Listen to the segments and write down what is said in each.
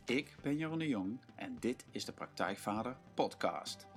Ik ben Jeroen de Jong en dit is de Praktijkvader podcast.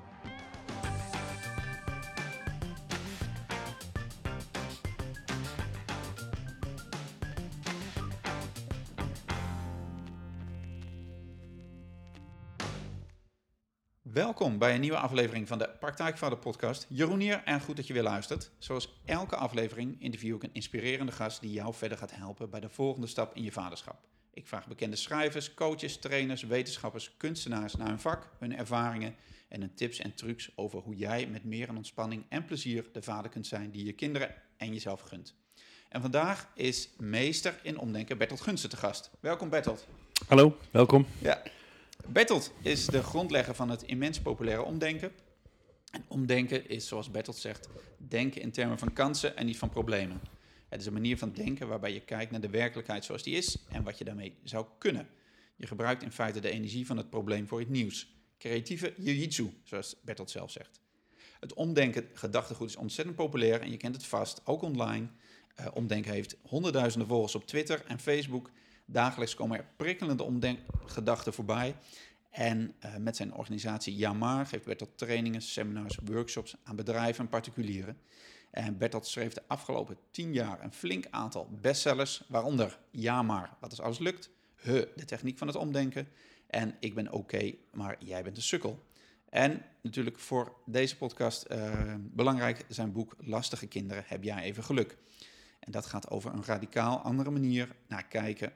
Welkom bij een nieuwe aflevering van de Praktijkvader podcast. Jeroen hier en goed dat je weer luistert. Zoals elke aflevering interview ik een inspirerende gast die jou verder gaat helpen bij de volgende stap in je vaderschap. Ik vraag bekende schrijvers, coaches, trainers, wetenschappers, kunstenaars naar hun vak, hun ervaringen en hun tips en trucs over hoe jij met meer ontspanning en plezier de vader kunt zijn die je kinderen en jezelf gunt. En vandaag is meester in omdenken Bertolt Gunsten te gast. Welkom Bertolt. Hallo, welkom. Ja. Bertolt is de grondlegger van het immens populaire omdenken. En omdenken is, zoals Bertolt zegt, denken in termen van kansen en niet van problemen. Het is een manier van denken waarbij je kijkt naar de werkelijkheid zoals die is en wat je daarmee zou kunnen. Je gebruikt in feite de energie van het probleem voor het nieuws. Creatieve jiu-jitsu, zoals Bertolt zelf zegt. Het omdenken gedachtegoed is ontzettend populair en je kent het vast, ook online. Omdenken heeft honderdduizenden volgers op Twitter en Facebook. Dagelijks komen er prikkelende gedachten voorbij. En met zijn organisatie Yamar geeft Bertolt trainingen, seminars, workshops aan bedrijven en particulieren. En Bertolt schreef de afgelopen 10 jaar een flink aantal bestsellers, waaronder Yamar, wat als alles lukt, de techniek van het omdenken en Ik ben oké, maar jij bent een sukkel. En natuurlijk voor deze podcast belangrijk zijn boek Lastige kinderen, heb jij even geluk. En dat gaat over een radicaal andere manier naar kijken,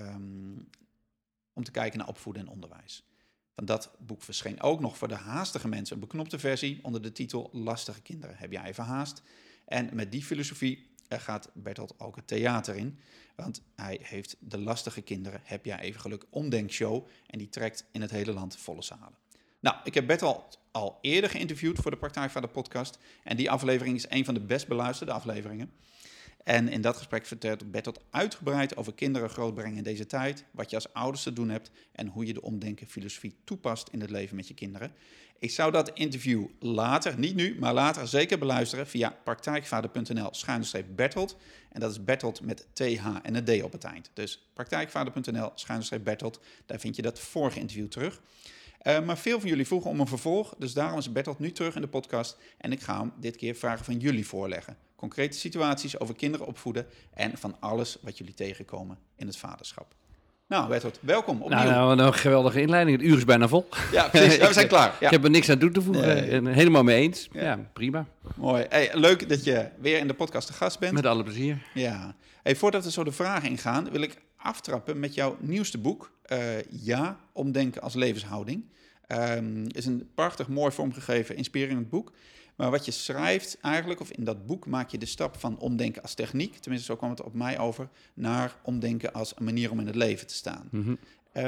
om te kijken naar opvoeden en onderwijs. Van dat boek verscheen ook nog voor de haastige mensen een beknopte versie onder de titel Lastige kinderen, heb jij even haast. En met die filosofie gaat Bertolt ook het theater in, want hij heeft de Lastige kinderen, heb jij even geluk, omdenkshow en die trekt in het hele land volle zalen. Nou, ik heb Bertolt al eerder geïnterviewd voor de Praktijkvader podcast en die aflevering is een van de best beluisterde afleveringen. En in dat gesprek vertelt Bertolt uitgebreid over kinderen grootbrengen in deze tijd, wat je als ouders te doen hebt en hoe je de omdenkenfilosofie toepast in het leven met je kinderen. Ik zou dat interview later, niet nu, maar later zeker beluisteren via praktijkvader.nl/Bertolt. En dat is Bertolt met TH en een D op het eind. Dus praktijkvader.nl/Bertolt, daar vind je dat vorige interview terug. Maar veel van jullie vroegen om een vervolg, dus daarom is Bertolt nu terug in de podcast. En ik ga hem dit keer vragen van jullie voorleggen. Concrete situaties over kinderen opvoeden en van alles wat jullie tegenkomen in het vaderschap. Nou, Bertolt, welkom opnieuw. Nou, een geweldige inleiding. Het uur is bijna vol. Ja, precies. Ja, we zijn klaar. Ja. Ik heb er niks aan toe te voegen. Nee. En helemaal mee eens. Ja. Ja, prima. Mooi. Hey, leuk dat je weer in de podcast te gast bent. Met alle plezier. Ja. Hey, voordat we zo de vragen ingaan, wil ik aftrappen met jouw nieuwste boek. Ja, omdenken als levenshouding. Is een prachtig, mooi vormgegeven, inspirerend boek. Maar wat je schrijft eigenlijk, of in dat boek, maak je de stap van omdenken als techniek, tenminste zo kwam het op mij over, naar omdenken als een manier om in het leven te staan. Mm-hmm.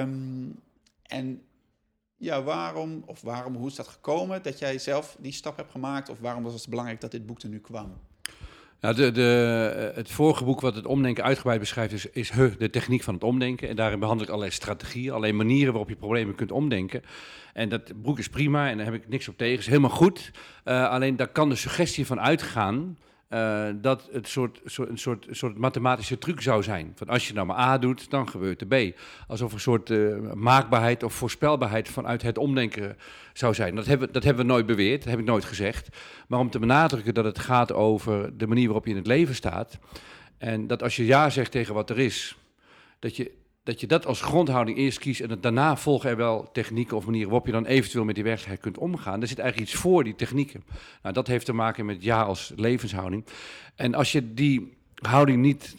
En ja, hoe is dat gekomen dat jij zelf die stap hebt gemaakt? Of waarom was het belangrijk dat dit boek er nu kwam? Nou, het vorige boek wat het omdenken uitgebreid beschrijft is de techniek van het omdenken. En daarin behandel ik allerlei strategieën, allerlei manieren waarop je problemen kunt omdenken. En dat boek is prima en daar heb ik niks op tegen, is helemaal goed. Alleen daar kan de suggestie van uitgaan dat het een soort mathematische truc zou zijn. Van als je nou maar A doet, dan gebeurt er B. Alsof een soort maakbaarheid of voorspelbaarheid vanuit het omdenken zou zijn. Dat hebben we nooit beweerd, dat heb ik nooit gezegd. Maar om te benadrukken dat het gaat over de manier waarop je in het leven staat. En dat als je ja zegt tegen wat er is, dat je dat als grondhouding eerst kiest en daarna volgen er wel technieken of manieren waarop je dan eventueel met die werkelijkheid kunt omgaan. Er zit eigenlijk iets voor die technieken. Nou, dat heeft te maken met ja als levenshouding. En als je die houding niet,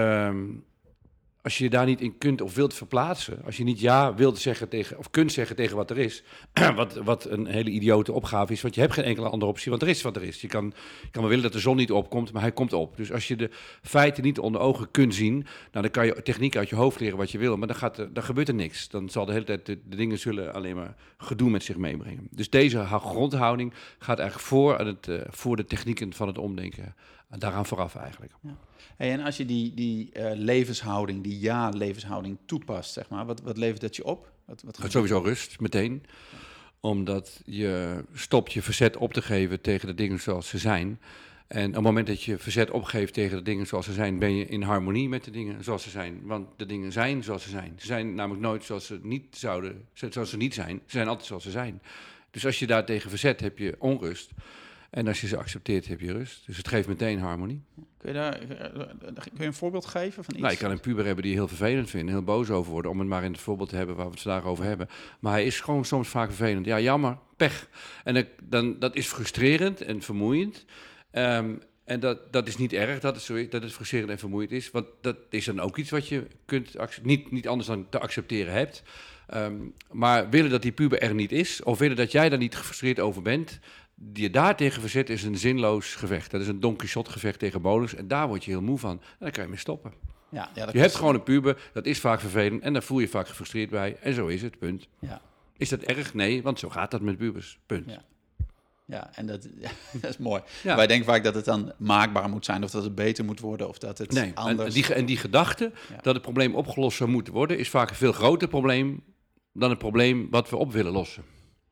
als je daar niet in kunt of wilt verplaatsen, als je niet ja wilt zeggen tegen, of kunt zeggen tegen wat er is, wat een hele idiote opgave is, want je hebt geen enkele andere optie, want er is wat er is. Je kan wel willen dat de zon niet opkomt, maar hij komt op. Dus als je de feiten niet onder ogen kunt zien, nou, dan kan je techniek uit je hoofd leren wat je wil, maar dan gebeurt er niks. Dan zal de hele tijd de dingen zullen alleen maar gedoe met zich meebrengen. Dus deze grondhouding gaat eigenlijk voor de technieken van het omdenken, daaraan vooraf eigenlijk. Ja. Hey, en als je die levenshouding, die ja-levenshouding toepast, zeg maar, wat levert dat je op? Wat sowieso rust, meteen. Omdat je stopt je verzet op te geven tegen de dingen zoals ze zijn. En op het moment dat je verzet opgeeft tegen de dingen zoals ze zijn, ben je in harmonie met de dingen zoals ze zijn. Want de dingen zijn zoals ze zijn. Ze zijn namelijk nooit zoals ze niet zijn. Ze zijn altijd zoals ze zijn. Dus als je daartegen verzet, heb je onrust. En als je ze accepteert, heb je rust. Dus het geeft meteen harmonie. Kun je een voorbeeld geven van iets? Nou, je kan een puber hebben die heel vervelend vindt, heel boos over worden, om het maar in het voorbeeld te hebben waar we het vandaag over hebben. Maar hij is gewoon soms vaak vervelend. Ja, jammer, pech. En dat is frustrerend en vermoeiend. En dat is niet erg dat het frustrerend en vermoeiend is. Want dat is dan ook iets wat je kunt niet anders dan te accepteren hebt. Maar willen dat die puber er niet is, of willen dat jij daar niet gefrustreerd over bent, die je daartegen verzet, is een zinloos gevecht. Dat is een Don Quixote gevecht tegen molens. En daar word je heel moe van. En dan kan je mee stoppen. Ja, je hebt gewoon een puber, dat is vaak vervelend. En daar voel je vaak gefrustreerd bij. En zo is het, punt. Ja. Is dat erg? Nee, want zo gaat dat met pubers, punt. Ja, en dat is mooi. Ja. Wij denken vaak dat het dan maakbaar moet zijn, of dat het beter moet worden, of dat het anders... En die gedachte dat het probleem opgelost zou moeten worden, is vaak een veel groter probleem dan het probleem wat we op willen lossen.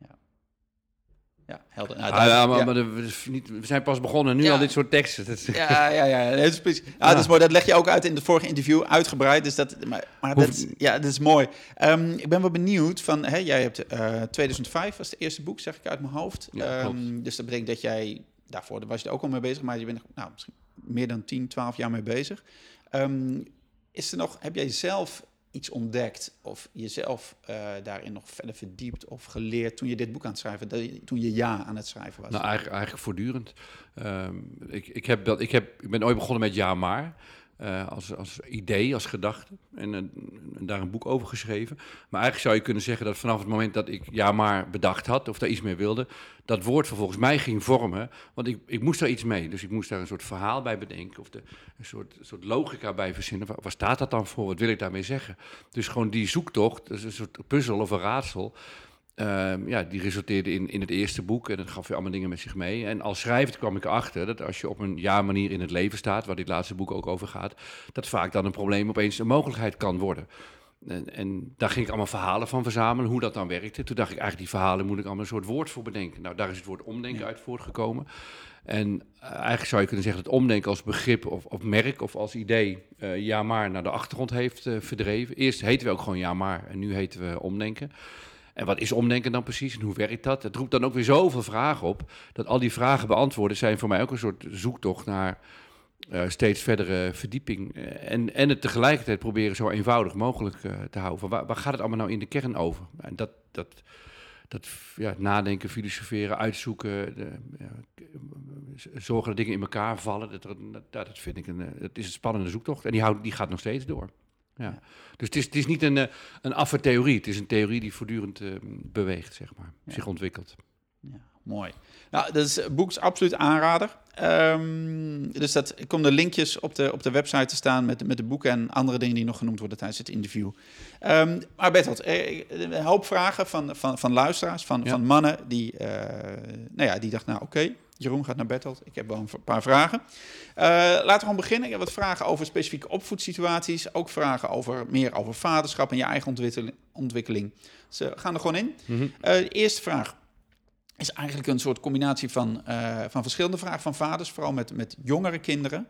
Ja, helder. Maar we zijn pas begonnen, nu al dit soort teksten. Dat is precies. Dat is mooi. Dat leg je ook uit in het vorige interview, uitgebreid. Dus dat is mooi. Ik ben wel benieuwd van, jij hebt 2005 was het eerste boek, zeg ik uit mijn hoofd. Dus dat betekent dat jij, daarvoor was je er ook al mee bezig, maar je bent misschien meer dan 10, 12 jaar mee bezig. Heb jij zelf iets ontdekt of jezelf daarin nog verder verdiept of geleerd toen je dit boek aan het schrijven, toen je aan het schrijven was? Nou, eigenlijk voortdurend. Ik ben ooit begonnen met ja maar, als idee, als gedachte en daar een boek over geschreven. Maar eigenlijk zou je kunnen zeggen dat vanaf het moment dat ik ja maar bedacht had of daar iets mee wilde, dat woord vervolgens mij ging vormen, want ik moest daar iets mee. Dus ik moest daar een soort verhaal bij bedenken of een soort logica bij verzinnen. Waar staat dat dan voor? Wat wil ik daarmee zeggen? Dus gewoon die zoektocht, dus een soort puzzel of een raadsel, die resulteerde in het eerste boek en dat gaf weer allemaal dingen met zich mee. En als schrijver kwam ik erachter dat als je op een ja-manier in het leven staat, waar dit laatste boek ook over gaat, dat vaak dan een probleem opeens een mogelijkheid kan worden. En daar ging ik allemaal verhalen van verzamelen, hoe dat dan werkte. Toen dacht ik, eigenlijk die verhalen moet ik allemaal een soort woord voor bedenken. Nou, daar is het woord omdenken uit voortgekomen. En eigenlijk zou je kunnen zeggen dat omdenken als begrip of merk of als idee ja maar naar de achtergrond heeft verdreven. Eerst heten we ook gewoon ja maar en nu heten we omdenken. En wat is omdenken dan precies en hoe werkt dat? Het roept dan ook weer zoveel vragen op, dat al die vragen beantwoorden zijn voor mij ook een soort zoektocht naar steeds verdere verdieping. En het tegelijkertijd proberen zo eenvoudig mogelijk te houden. Waar gaat het allemaal nou in de kern over? En dat nadenken, filosoferen, uitzoeken, zorgen dat dingen in elkaar vallen, dat vind ik dat is een spannende zoektocht. En die gaat nog steeds door. Ja. Dus het is niet een affe theorie. Het is een theorie die voortdurend beweegt, zeg maar. Zich ontwikkelt. Ja, mooi. Nou, dat is boek is absoluut aanrader. Dus ik kom de linkjes op de website te staan met de boeken en andere dingen die nog genoemd worden tijdens het interview. Maar Bertolt, een hoop vragen van luisteraars, van mannen die dachten, oké, Jeroen gaat naar Bertolt. Ik heb wel een paar vragen. Laten we gewoon beginnen. Ik heb wat vragen over specifieke opvoedsituaties. Ook vragen meer over vaderschap en je eigen ontwikkeling. Dus we gaan er gewoon in. Mm-hmm. De eerste vraag is eigenlijk een soort combinatie van verschillende vragen van vaders. Vooral met jongere kinderen.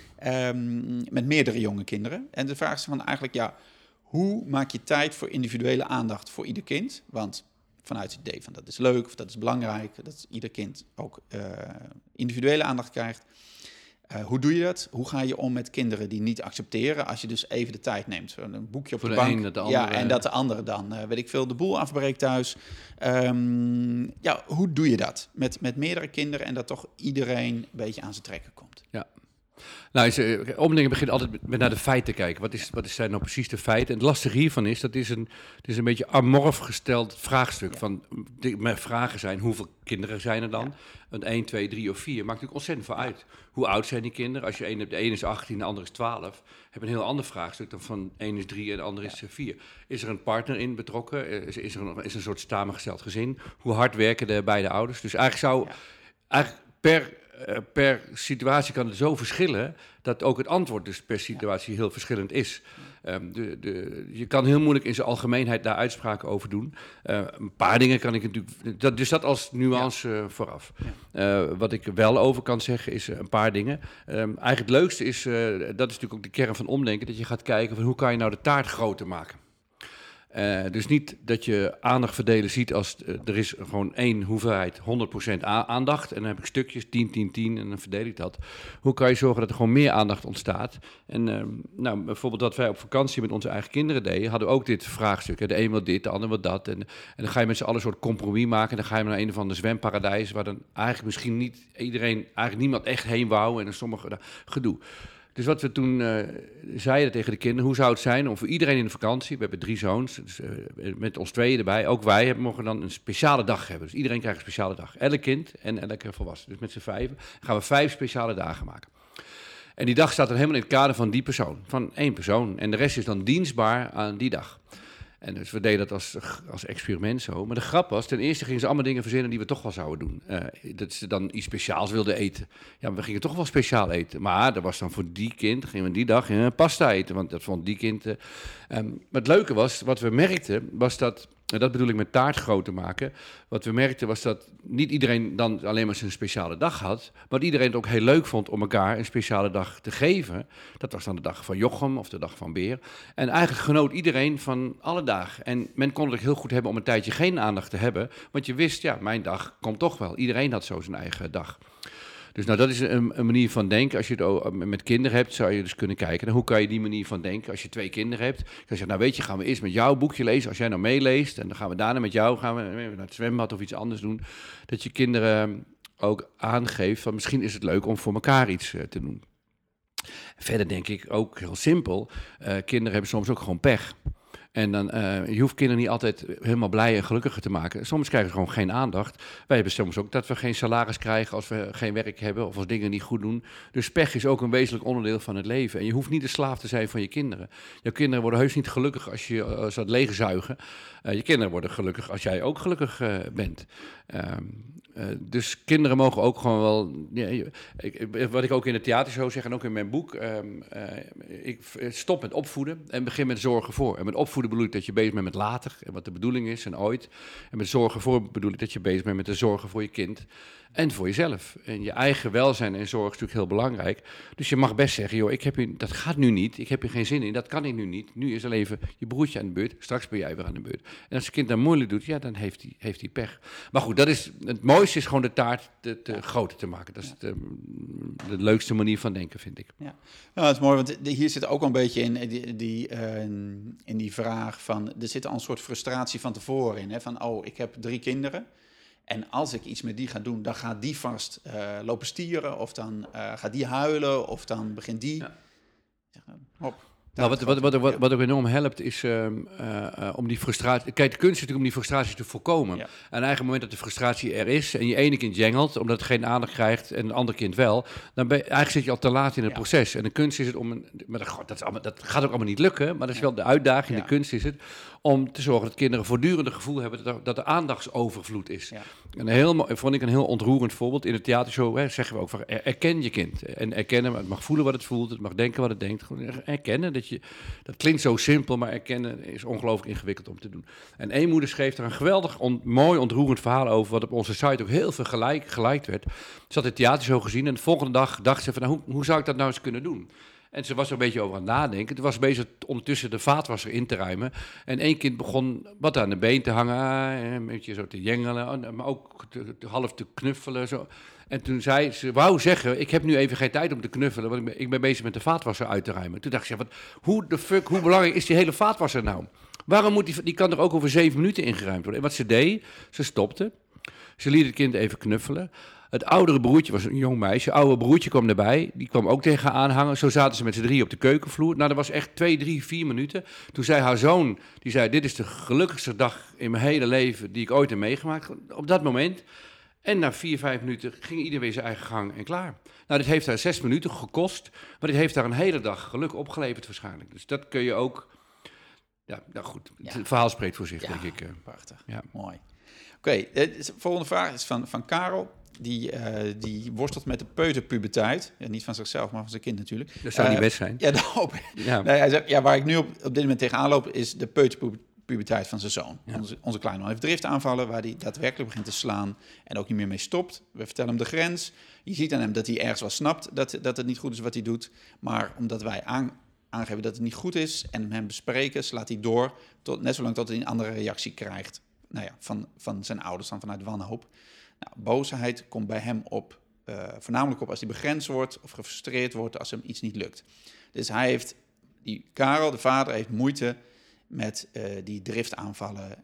Met meerdere jonge kinderen. En de vraag is van eigenlijk, hoe maak je tijd voor individuele aandacht voor ieder kind? Want vanuit het idee van dat is leuk of dat is belangrijk, dat ieder kind ook individuele aandacht krijgt. Hoe doe je dat? Hoe ga je om met kinderen die niet accepteren als je dus even de tijd neemt? Een boekje op voor de de bank. een, dat de andere, en dat de andere dan, de boel afbreekt thuis. Hoe doe je dat met meerdere kinderen en dat toch iedereen een beetje aan zijn trekken komt? Ja. Nou, omdenken begint altijd met naar de feiten kijken. Wat zijn nou precies de feiten? En het lastige hiervan is, het is een beetje amorf gesteld vraagstuk. Mijn vragen zijn, hoeveel kinderen zijn er dan? Een 1, 2, 3 of 4. Maakt natuurlijk ontzettend veel uit. Hoe oud zijn die kinderen? Als je één hebt, de een is 18, de ander is 12. Heb je een heel ander vraagstuk dan van 1 is 3 en de ander is 4. Is er een partner in betrokken? Is er een soort samengesteld gezin? Hoe hard werken de beide ouders? Dus eigenlijk per situatie kan het zo verschillen dat ook het antwoord dus per situatie heel verschillend is. Je kan heel moeilijk in zijn algemeenheid daar uitspraken over doen. Een paar dingen kan ik natuurlijk... Dus dat als nuance vooraf. Ja. Wat ik wel over kan zeggen is een paar dingen. Eigenlijk het leukste is, dat is natuurlijk ook de kern van omdenken, dat je gaat kijken van hoe kan je nou de taart groter maken. Dus niet dat je aandacht verdelen ziet als er is gewoon één hoeveelheid 100% aandacht. En dan heb ik stukjes 10, 10, 10 en dan verdeel ik dat. Hoe kan je zorgen dat er gewoon meer aandacht ontstaat? En bijvoorbeeld wat wij op vakantie met onze eigen kinderen deden, hadden we ook dit vraagstuk. De een wil dit, de ander wil dat. En dan ga je met z'n allen een soort compromis maken. En dan ga je naar een of ander zwemparadijs waar dan eigenlijk misschien niet iedereen, eigenlijk niemand echt heen wou. En dan sommige gedoe. Dus wat we toen zeiden tegen de kinderen, hoe zou het zijn om voor iedereen in de vakantie, we hebben 3 zoons, dus, met ons 2 erbij, ook wij mogen dan een speciale dag hebben. Dus iedereen krijgt een speciale dag. Elk kind en elke volwassene. Dus met z'n 5 gaan we 5 speciale dagen maken. En die dag staat dan helemaal in het kader van die persoon, van 1 persoon. En de rest is dan dienstbaar aan die dag. En dus we deden dat als experiment zo. Maar de grap was, ten eerste gingen ze allemaal dingen verzinnen die we toch wel zouden doen. Dat ze dan iets speciaals wilden eten. Ja, maar we gingen toch wel speciaal eten. Maar dat was dan voor die kind, gingen we die dag pasta eten. Want dat vond die kind... maar het leuke was, wat we merkten, was dat... En dat bedoel ik met taart groter maken. Wat we merkten was dat niet iedereen dan alleen maar zijn speciale dag had, maar dat iedereen het ook heel leuk vond om elkaar een speciale dag te geven. Dat was dan de dag van Jochem of de dag van Beer. En eigenlijk genoot iedereen van alle dagen. En men kon het ook heel goed hebben om een tijdje geen aandacht te hebben, want je wist, ja, mijn dag komt toch wel. Iedereen had zo zijn eigen dag. Dus nou, dat is een manier van denken. Als je het met kinderen hebt, zou je dus kunnen kijken. Nou, hoe kan je die manier van denken als je 2 kinderen hebt? Ik kan zeggen, nou weet je, gaan we eerst met jouw boekje lezen. Als jij nou meeleest, en dan gaan we daarna met jou naar het zwembad of iets anders doen. Dat je kinderen ook aangeeft van misschien is het leuk om voor elkaar iets te doen. Verder denk ik ook heel simpel. Kinderen hebben soms ook gewoon pech. En dan, je hoeft kinderen niet altijd helemaal blij en gelukkiger te maken. Soms krijgen ze gewoon geen aandacht. Wij hebben soms ook dat we geen salaris krijgen als we geen werk hebben of als dingen niet goed doen. Dus pech is ook een wezenlijk onderdeel van het leven. En je hoeft niet de slaaf te zijn van je kinderen. Jouw kinderen worden heus niet gelukkig als je ze het leegzuigen. Je kinderen worden gelukkig als jij ook gelukkig bent. Dus kinderen mogen ook gewoon wel... wat ik ook in het theatershow zeg en ook in mijn boek... ik stop met opvoeden en begin met zorgen voor. En met opvoeden bedoel ik dat je bezig bent met later... en wat de bedoeling is en ooit. En met zorgen voor bedoel ik dat je bezig bent met de zorgen voor je kind... en voor jezelf. En je eigen welzijn en zorg is natuurlijk heel belangrijk. Dus je mag best zeggen, joh, dat gaat nu niet. Ik heb hier geen zin in, dat kan ik nu niet. Nu is al even je broertje aan de beurt. Straks ben jij weer aan de beurt. En als het kind dan moeilijk doet, ja, dan heeft hij pech. Maar goed, het mooiste is gewoon de taart te groter te maken. Dat is de leukste manier van denken, vind ik. Ja, nou, dat is mooi, want hier zit ook een beetje in die vraag van... Er zit al een soort frustratie van tevoren in. Hè, van, oh, ik heb 3 kinderen... En als ik iets met die ga doen, dan gaat die vast lopen stieren... of dan gaat die huilen, of dan begint die... Ja. Hop. Nou, wat ook enorm helpt is om die frustratie... Kijk, de kunst is natuurlijk om die frustratie te voorkomen. Ja. En eigenlijk het moment dat de frustratie er is... en je ene kind jengelt, omdat het geen aandacht krijgt... en het andere kind wel... dan eigenlijk zit je al te laat in het proces. En de kunst is het om... dat gaat ook allemaal niet lukken... maar dat is wel de uitdaging. De kunst is het om te zorgen dat kinderen voortdurend het gevoel hebben... dat er aandachtsovervloed is. Ja. En vond ik een heel ontroerend voorbeeld. In het theatershow zeggen we ook van... erken je kind. En erkennen, het mag voelen wat het voelt... het mag denken wat het denkt. Gewoon erkennen dat klinkt zo simpel, maar erkennen is ongelooflijk ingewikkeld om te doen. En één moeder schreef er een geweldig, mooi, ontroerend verhaal over, wat op onze site ook heel veel geliked werd. Ze had het theatershow gezien en de volgende dag dacht ze van, nou, hoe zou ik dat nou eens kunnen doen? En ze was er een beetje over aan het nadenken. Toen was ze bezig ondertussen de vaatwasser in te ruimen. En één kind begon wat aan de been te hangen, een beetje zo te jengelen, maar ook half te knuffelen, zo. En toen zei ze, wou zeggen, ik heb nu even geen tijd om te knuffelen, want ik ben bezig met de vaatwasser uit te ruimen. Toen dacht ze, hoe belangrijk is die hele vaatwasser nou? Waarom moet die kan er ook over 7 minuten ingeruimd worden? En wat ze deed, ze stopte, ze liet het kind even knuffelen. Het oudere broertje was een jong meisje, het oude broertje kwam erbij, die kwam ook tegen haar aanhangen. Zo zaten ze met z'n 3 op de keukenvloer. Nou, dat was echt 2, 3, 4 minuten. Toen zei haar zoon, die zei, dit is de gelukkigste dag in mijn hele leven die ik ooit heb meegemaakt. Op dat moment... En na 4, 5 minuten ging ieder weer zijn eigen gang en klaar. Nou, dit heeft haar 6 minuten gekost, maar dit heeft haar een hele dag geluk opgeleverd waarschijnlijk. Dus dat kun je ook... Ja, nou goed, het verhaal spreekt voor zich, denk ik. Prachtig, mooi. Oké, de volgende vraag is van Karel. die worstelt met de peuterpuberteit. Ja, niet van zichzelf, maar van zijn kind natuurlijk. Dat zou niet best zijn. Ja, dat hoop ik. Ja. Nee, hij zegt, waar ik nu op dit moment tegenaan loop, is de peuterpuberteit van zijn zoon. Ja. Onze kleine man heeft driftaanvallen waar hij daadwerkelijk begint te slaan en ook niet meer mee stopt. We vertellen hem de grens. Je ziet aan hem dat hij ergens wel snapt dat het niet goed is wat hij doet. Maar omdat wij aangeven dat het niet goed is en hem bespreken, slaat hij door net zolang tot hij een andere reactie krijgt. Nou ja, van zijn ouders dan vanuit wanhoop. Nou, boosheid komt bij hem voornamelijk op als hij begrensd wordt of gefrustreerd wordt als hem iets niet lukt. Dus Karel, de vader, heeft moeite met die driftaanvallen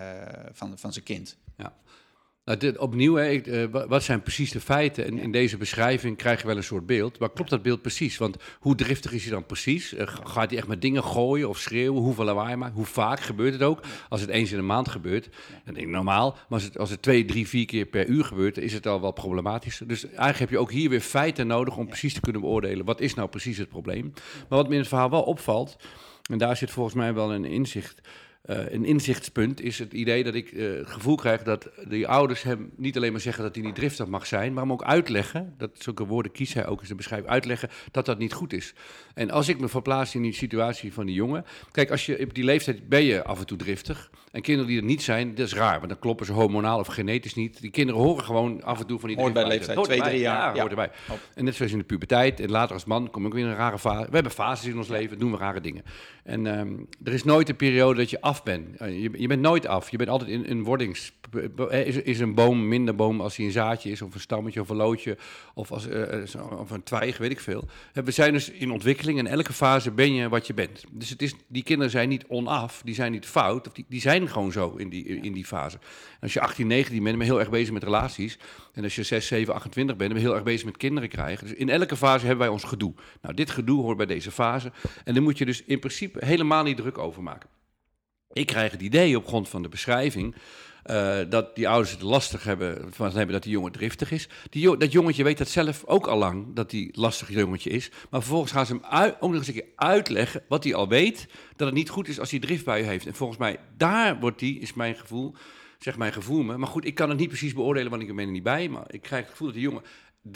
van zijn kind. Ja. Nou, opnieuw, wat zijn precies de feiten? En in deze beschrijving krijg je wel een soort beeld. Maar klopt dat beeld precies? Want hoe driftig is hij dan precies? Gaat hij echt met dingen gooien of schreeuwen? Hoeveel lawaai maakt? Hoe vaak gebeurt het ook? Als het eens in een maand gebeurt, dan denk ik normaal. Maar als het 2, 3, 4 keer per uur gebeurt, is het al wel problematisch. Dus eigenlijk heb je ook hier weer feiten nodig om precies te kunnen beoordelen. Wat is nou precies het probleem? Maar wat me in het verhaal wel opvalt, en daar zit volgens mij wel een inzicht. Een inzichtspunt is het idee dat ik het gevoel krijg dat die ouders hem niet alleen maar zeggen dat hij niet driftig mag zijn, maar hem ook uitleggen, dat zulke woorden kiest hij ook in zijn beschrijving, uitleggen dat dat niet goed is. En als ik me verplaats in die situatie van die jongen, kijk, als je op die leeftijd ben je af en toe driftig, en kinderen die er niet zijn, dat is raar, want dan kloppen ze hormonaal of genetisch niet. Die kinderen horen gewoon af en toe van die hoort bij de leeftijd, 2, 3 jaar. Ja, hoort erbij. En net zoals in de puberteit en later als man kom ik weer in een rare fase. We hebben fases in ons leven, doen we rare dingen. En er is nooit een periode dat je af bent. Je bent nooit af. Je bent altijd in een wordings... Is een boom minder boom als hij een zaadje is, of een stammetje, of een loodje, of een twijg, weet ik veel. We zijn dus in ontwikkeling en elke fase ben je wat je bent. Dus die kinderen zijn niet onaf, die zijn niet fout, of die zijn gewoon zo in die fase. En als je 18, 19 bent, ben je heel erg bezig met relaties. En als je 6, 7, 28 bent, ben je heel erg bezig met kinderen krijgen. Dus in elke fase hebben wij ons gedoe. Nou, dit gedoe hoort bij deze fase. En daar moet je dus in principe helemaal niet druk over maken. Ik krijg het idee op grond van de beschrijving dat die ouders het lastig hebben dat die jongen driftig is. Dat jongetje weet dat zelf ook al lang, dat die lastig jongetje is. Maar vervolgens gaan ze hem ook nog eens een keer uitleggen wat hij al weet, dat het niet goed is als hij driftbuien heeft. En volgens mij, daar wordt is mijn gevoel, zegt mijn gevoel me. Maar goed, ik kan het niet precies beoordelen, want ik ben er niet bij. Maar ik krijg het gevoel dat die jongen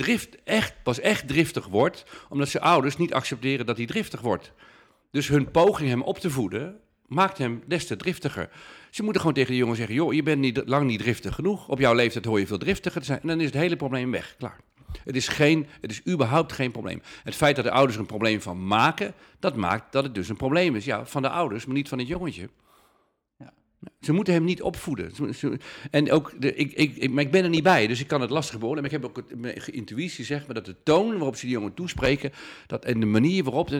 pas echt driftig wordt, omdat zijn ouders niet accepteren dat hij driftig wordt. Dus hun poging hem op te voeden maakt hem des te driftiger. Ze moeten gewoon tegen de jongen zeggen, joh, je bent lang niet driftig genoeg. Op jouw leeftijd hoor je veel driftiger te zijn. En dan is het hele probleem weg, klaar. Het is überhaupt geen probleem. Het feit dat de ouders er een probleem van maken, dat maakt dat het dus een probleem is. Ja, van de ouders, maar niet van het jongetje. Ja. Ze moeten hem niet opvoeden. En ook, maar ik ben er niet bij, dus ik kan het lastig beoordelen. Maar ik heb ook mijn intuïtie, zeg maar, dat de toon waarop ze die jongen toespreken, en de manier waarop,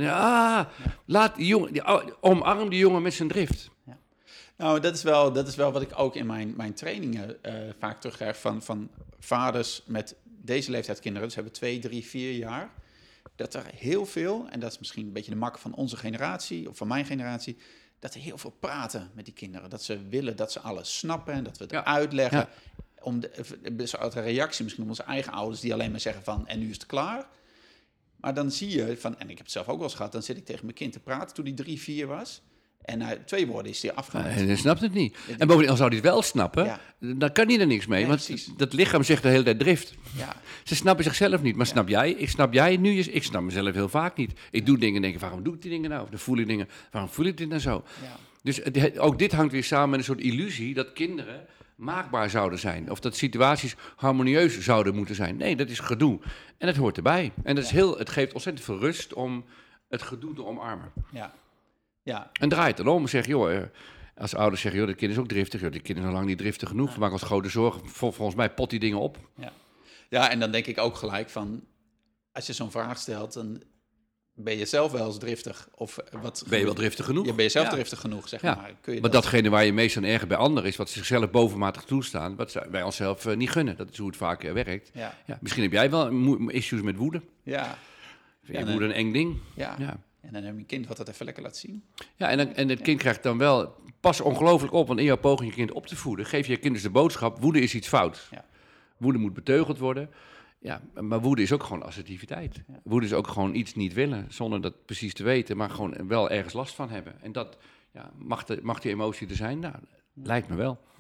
laat die jongen, omarm die jongen met zijn drift. Ja. Nou, dat is wel wat ik ook in mijn trainingen vaak terugkrijg van vaders met deze leeftijd kinderen. Dus hebben 2, 3, 4 jaar. Dat er heel veel, en dat is misschien een beetje de mak van onze generatie, of van mijn generatie, dat er heel veel praten met die kinderen. Dat ze willen dat ze alles snappen en dat we het uitleggen. Ja. Om de reactie misschien om onze eigen ouders die alleen maar zeggen van, en nu is het klaar. Maar dan zie je van, en ik heb het zelf ook wel eens gehad, dan zit ik tegen mijn kind te praten toen hij 3, 4 was. En na 2 woorden is hij afgeleid. En hij snapt het niet. En bovendien, al zou hij het wel snappen, dan kan hij er niks mee. Nee, want precies. Dat lichaam zegt de hele tijd drift. Ja. Ze snappen zichzelf niet. Maar snap jij? Ik snap mezelf heel vaak niet. Ik doe dingen en denk, waarom doe ik die dingen nou? Of dan voel ik dingen, waarom voel ik dit nou zo? Ja. Dus ook dit hangt weer samen met een soort illusie dat kinderen maakbaar zouden zijn. Of dat situaties harmonieus zouden moeten zijn. Nee, dat is gedoe. En dat hoort erbij. En dat is het geeft ontzettend veel rust om het gedoe te omarmen. Ja. Ja. En draait het om. Zeg, joh, als ouders zeggen, joh, dit kind is ook driftig. Joh, dit kind is nog lang niet driftig genoeg. We maken ons grote zorgen. Volgens mij pot die dingen op. Ja, en dan denk ik ook gelijk van, als je zo'n vraag stelt, dan ben je zelf wel eens driftig. Of ben je wel driftig genoeg? Ja, ben je zelf driftig genoeg, zeg maar. Kun je maar datgene waar je meest aan ergert bij anderen is wat ze zichzelf bovenmatig toestaan, wat wij onszelf niet gunnen. Dat is hoe het vaak werkt. Ja. Ja, misschien heb jij wel issues met woede. Ja. Vind je woede een eng ding? Ja. En dan heb je een kind wat dat even lekker laat zien. Ja, en het kind krijgt dan wel, pas ongelooflijk op, want in jouw poging je kind op te voeden, geef je kind dus de boodschap, woede is iets fout. Ja. Woede moet beteugeld worden. Ja, maar woede is ook gewoon assertiviteit. Ja. Woede is ook gewoon iets niet willen, zonder dat precies te weten, maar gewoon wel ergens last van hebben. En dat mag die emotie er zijn? Nou, lijkt me wel. Ja.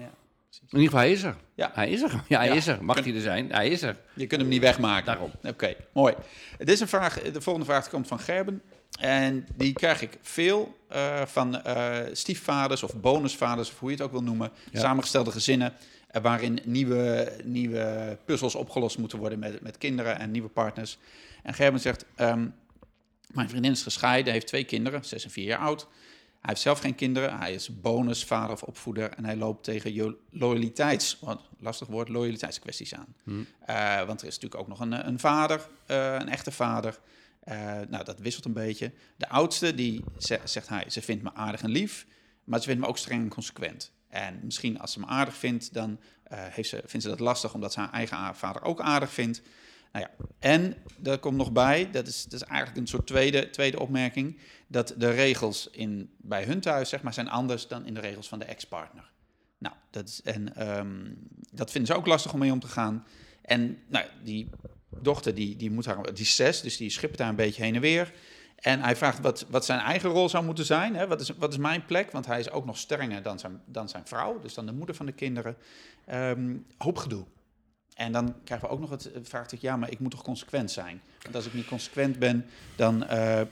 In ieder geval, hij is er. Ja. Hij is er. Ja, hij is er. Mag hij er zijn? Hij is er. Je kunt hem niet wegmaken. Daarom. Oké, mooi. Dit is een vraag, de volgende vraag komt van Gerben. En die krijg ik veel van stiefvaders of bonusvaders, of hoe je het ook wil noemen. Ja. Samengestelde gezinnen waarin nieuwe puzzels opgelost moeten worden met kinderen en nieuwe partners. En Gerben zegt, mijn vriendin is gescheiden, heeft 2 kinderen, 6 en 4 jaar oud. Hij heeft zelf geen kinderen, hij is bonusvader of opvoeder en hij loopt tegen loyaliteitskwesties aan. Want er is natuurlijk ook nog een vader, een echte vader. Nou, dat wisselt een beetje. De oudste, die zegt hij, ze vindt me aardig en lief, maar ze vindt me ook streng en consequent. En misschien als ze me aardig vindt, dan vindt ze dat lastig omdat ze haar eigen vader ook aardig vindt. Nou ja, en er komt nog bij, dat is eigenlijk een soort tweede opmerking, dat de regels bij hun thuis zeg maar, zijn anders dan in de regels van de ex-partner. Nou, dat vinden ze ook lastig om mee om te gaan. En nou, die dochter, die is 6, dus die schippert daar een beetje heen en weer. En hij vraagt wat zijn eigen rol zou moeten zijn. Hè? Wat is mijn plek? Want hij is ook nog strenger dan zijn vrouw, dus dan de moeder van de kinderen. Hoop gedoe. En dan krijgen we ook nog het vraagstuk, ja, maar ik moet toch consequent zijn? Want als ik niet consequent ben, dan,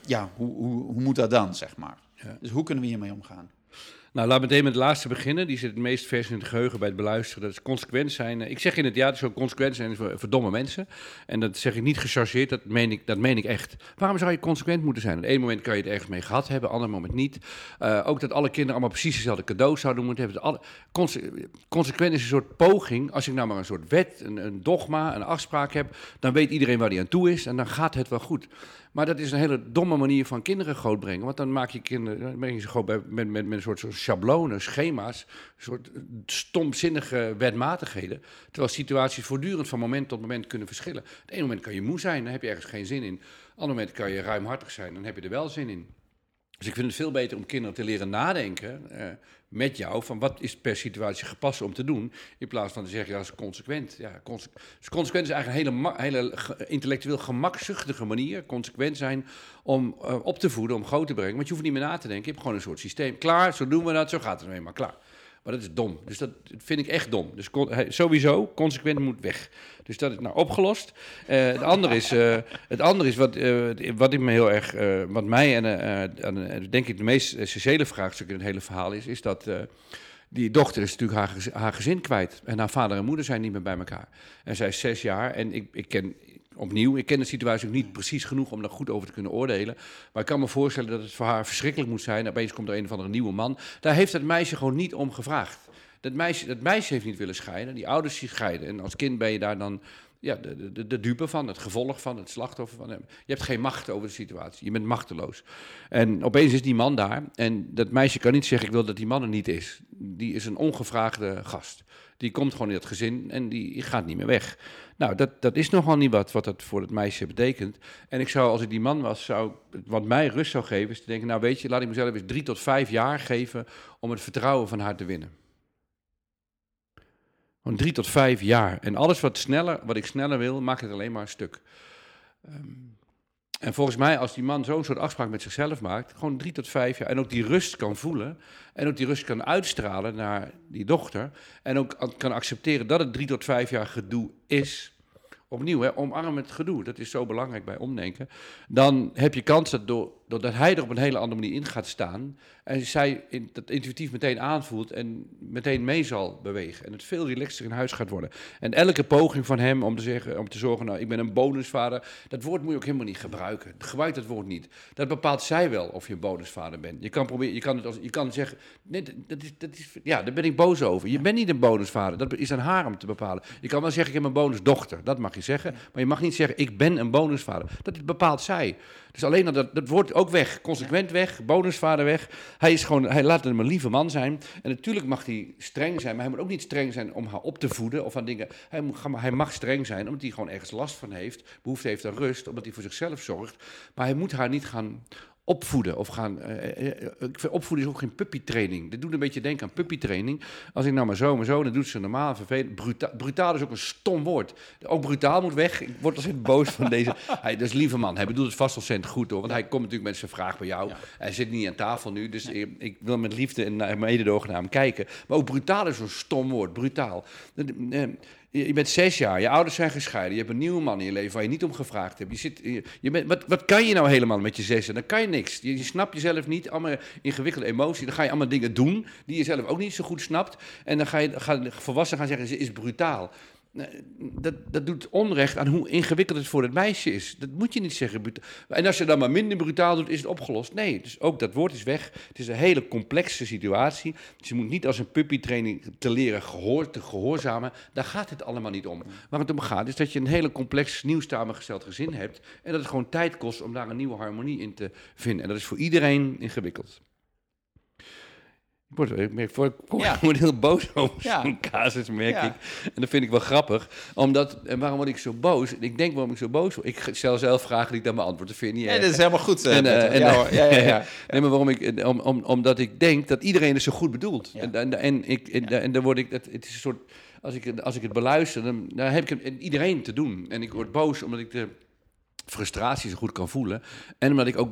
hoe moet dat dan, zeg maar? Ja. Dus hoe kunnen we hiermee omgaan? Nou, laat meteen met het laatste beginnen. Die zit het meest vers in het geheugen bij het beluisteren. Dat is consequent zijn. Ik zeg in het ja, zo consequent zijn voor domme mensen. En dat zeg ik niet gechargeerd, dat meen ik echt. Waarom zou je consequent moeten zijn? Op het ene moment kan je het ergens mee gehad hebben, op het andere moment niet. Ook dat alle kinderen allemaal precies dezelfde cadeaus zouden moeten hebben. Consequent is een soort poging. Als ik nou maar een soort wet, een dogma, een afspraak heb, dan weet iedereen waar die aan toe is en dan gaat het wel goed. Maar dat is een hele domme manier van kinderen grootbrengen. Want dan breng je ze gewoon met een soort schablonen, schema's, een soort stomzinnige wetmatigheden. Terwijl situaties voortdurend van moment tot moment kunnen verschillen. Op het ene moment kan je moe zijn, dan heb je ergens geen zin in. Op het andere moment kan je ruimhartig zijn, dan heb je er wel zin in. Dus ik vind het veel beter om kinderen te leren nadenken met jou van wat is per situatie gepast om te doen, in plaats van te zeggen, ja, dat is consequent. Ja, dus consequent is eigenlijk een hele intellectueel gemakzuchtige manier, consequent zijn om op te voeden, om groot te brengen. Want je hoeft niet meer na te denken, je hebt gewoon een soort systeem. Klaar, zo doen we dat, zo gaat het nou eenmaal, klaar. Maar dat is dom. Dus dat vind ik echt dom. Dus sowieso, consequent moet weg. Dus dat is nou opgelost. Het andere is wat ik me heel erg, wat mij en denk ik de meest essentiële vraagstuk in het hele verhaal is dat die dochter is natuurlijk haar gezin kwijt. En haar vader en moeder zijn niet meer bij elkaar. En zij is 6 jaar en ik ken de situatie ook niet precies genoeg om daar goed over te kunnen oordelen. Maar ik kan me voorstellen dat het voor haar verschrikkelijk moet zijn. Opeens komt er een of andere nieuwe man. Daar heeft het meisje gewoon niet om gevraagd. Dat meisje heeft niet willen scheiden. Die ouders die scheiden. En als kind ben je daar dan de dupe van, het gevolg van, het slachtoffer van. Je hebt geen macht over de situatie. Je bent machteloos. En opeens is die man daar. En dat meisje kan niet zeggen, ik wil dat die man er niet is. Die is een ongevraagde gast. Die komt gewoon in het gezin en die gaat niet meer weg. Nou, dat is nogal niet wat dat voor het meisje betekent. En ik zou, als ik die man was, wat mij rust zou geven, is te denken, nou weet je, laat ik mezelf eens 3 tot 5 jaar geven om het vertrouwen van haar te winnen. Gewoon 3 tot 5 jaar. En alles wat ik sneller wil, maakt het alleen maar een stuk. En volgens mij, als die man zo'n soort afspraak met zichzelf maakt, gewoon 3 tot 5 jaar, en ook die rust kan voelen, en ook die rust kan uitstralen naar die dochter, en ook kan accepteren dat het 3 tot 5 jaar gedoe is, opnieuw, omarm het gedoe, dat is zo belangrijk bij omdenken, dan heb je kans dat doordat hij er op een hele andere manier in gaat staan, en zij dat intuïtief meteen aanvoelt en meteen mee zal bewegen. En het veel relaxter in huis gaat worden. En elke poging van hem om te zorgen, nou, ik ben een bonusvader, dat woord moet je ook helemaal niet gebruiken. Gebruik dat woord niet. Dat bepaalt zij wel of je een bonusvader bent. Je kan zeggen, nee, daar ben ik boos over. Je bent niet een bonusvader, dat is aan haar om te bepalen. Je kan wel zeggen, ik heb een bonusdochter, dat mag je zeggen. Maar je mag niet zeggen, ik ben een bonusvader. Dat bepaalt zij. Dus alleen dat wordt ook weg, consequent weg, bonusvader weg. Hij laat hem een lieve man zijn. En natuurlijk mag hij streng zijn, maar hij moet ook niet streng zijn om haar op te voeden of aan dingen. Hij mag streng zijn omdat hij gewoon ergens last van heeft, behoefte heeft aan rust, omdat hij voor zichzelf zorgt. Maar hij moet haar niet gaan opvoeden. Of gaan, ik vind opvoeden is ook geen puppytraining. Dat doet een beetje denken aan puppytraining. Als ik nou maar zo, dan doet ze normaal vervelend. Brutaal is ook een stom woord. Ook brutaal moet weg. Ik word ontzettend boos van deze. Dat is lieve man. Hij bedoelt het vast ontzettend goed hoor. Want hij komt natuurlijk met zijn vraag bij jou. Ja. Hij zit niet aan tafel nu. Dus ik wil met liefde en mededogen naar hem kijken. Maar ook brutaal is een stom woord. Brutaal. Je bent 6 jaar, je ouders zijn gescheiden, je hebt een nieuwe man in je leven waar je niet om gevraagd hebt. Wat kan je nou helemaal met je 6? Dan kan je niks. Je snapt jezelf niet, allemaal ingewikkelde emoties. Dan ga je allemaal dingen doen die je zelf ook niet zo goed snapt. En dan gaan volwassenen gaan zeggen, ze is brutaal. Dat doet onrecht aan hoe ingewikkeld het voor het meisje is. Dat moet je niet zeggen. En als je dan maar minder brutaal doet, is het opgelost. Nee, dus ook dat woord is weg. Het is een hele complexe situatie. Dus je moet niet als een puppytraining te leren te gehoorzamen. Daar gaat het allemaal niet om. Waar het om gaat is dat je een hele complex, nieuw samengesteld gezin hebt. En dat het gewoon tijd kost om daar een nieuwe harmonie in te vinden. En dat is voor iedereen ingewikkeld. Ik word heel boos over zo'n casus, merk ik. En dat vind ik wel grappig. En waarom word ik zo boos? Ik denk waarom ik zo boos word. Ik stel zelf vragen die ik dan beantwoord. Dat vind je niet erg. Dat is helemaal goed. Nee, maar omdat ik denk dat iedereen het zo goed bedoelt. Ja. En dan word ik... Het is een soort... Als ik het beluister, dan heb ik iedereen te doen. En ik word boos omdat ik de frustratie zo goed kan voelen. En omdat ik ook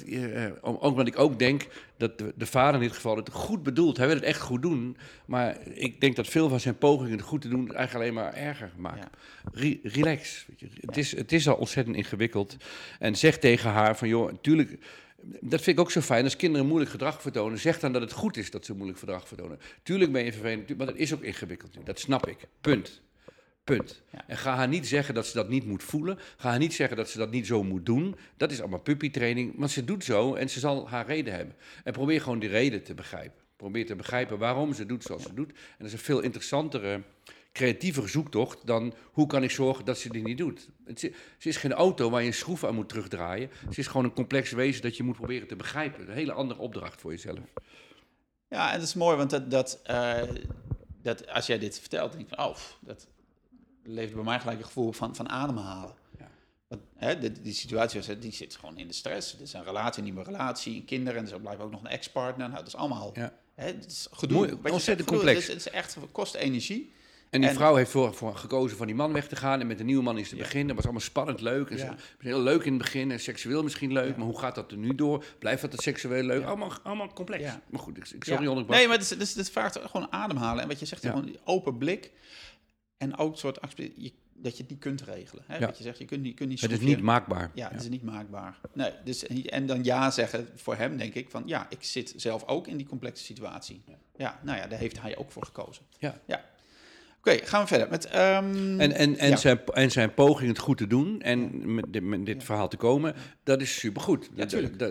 denk dat de vader in dit geval het goed bedoelt. Hij wil het echt goed doen. Maar ik denk dat veel van zijn pogingen het goed te doen eigenlijk alleen maar erger maken. Ja. Relax. Weet je. Het is al ontzettend ingewikkeld. En zeg tegen haar van, joh, natuurlijk... Dat vind ik ook zo fijn. Als kinderen moeilijk gedrag vertonen, zeg dan dat het goed is dat ze moeilijk gedrag vertonen. Tuurlijk ben je vervelend, maar dat is ook ingewikkeld. Dat snap ik. Punt. Ja. En ga haar niet zeggen dat ze dat niet moet voelen. Ga haar niet zeggen dat ze dat niet zo moet doen. Dat is allemaal puppytraining. Want ze doet zo en ze zal haar reden hebben. En probeer gewoon die reden te begrijpen. Probeer te begrijpen waarom ze doet zoals ze doet. En dat is een veel interessantere, creatievere zoektocht dan hoe kan ik zorgen dat ze dit niet doet. Ze is geen auto waar je een schroef aan moet terugdraaien. Ze is gewoon een complex wezen dat je moet proberen te begrijpen. Een hele andere opdracht voor jezelf. Ja, en dat is mooi, want dat als jij dit vertelt, denk ik van, dat leeft bij mij gelijk een gevoel van ademhalen. Ja. Want, die situatie die zit gewoon in de stress. Het is een relatie, een nieuwe relatie, een kinderen en er is blijkbaar ook nog een ex-partner. Nou, dat is allemaal het is gedoe. Ontzettend complex. Het is echt, kost energie. En die vrouw heeft voor gekozen van die man weg te gaan en met een nieuwe man is te beginnen. Dat was allemaal spannend, leuk. En heel leuk in het begin en seksueel misschien leuk, maar hoe gaat dat er nu door? Blijft dat het seksueel leuk? Allemaal complex. Ja. Maar goed, ik zal niet onderbreken. Nee, maar het vraagt gewoon ademhalen. En wat je zegt, gewoon die open blik. En ook een soort dat je het niet kunt regelen. Hè? Wat je zegt, je kunt niet het is niet maakbaar. Ja, het is niet maakbaar. Nee, dus, en dan ja zeggen voor hem, denk ik, van ja, ik zit zelf ook in die complexe situatie. Ja, nou ja, daar heeft hij ook voor gekozen. Ja. Oké, gaan we verder. Met, zijn poging het goed te doen en met dit verhaal te komen, dat is supergoed. Natuurlijk.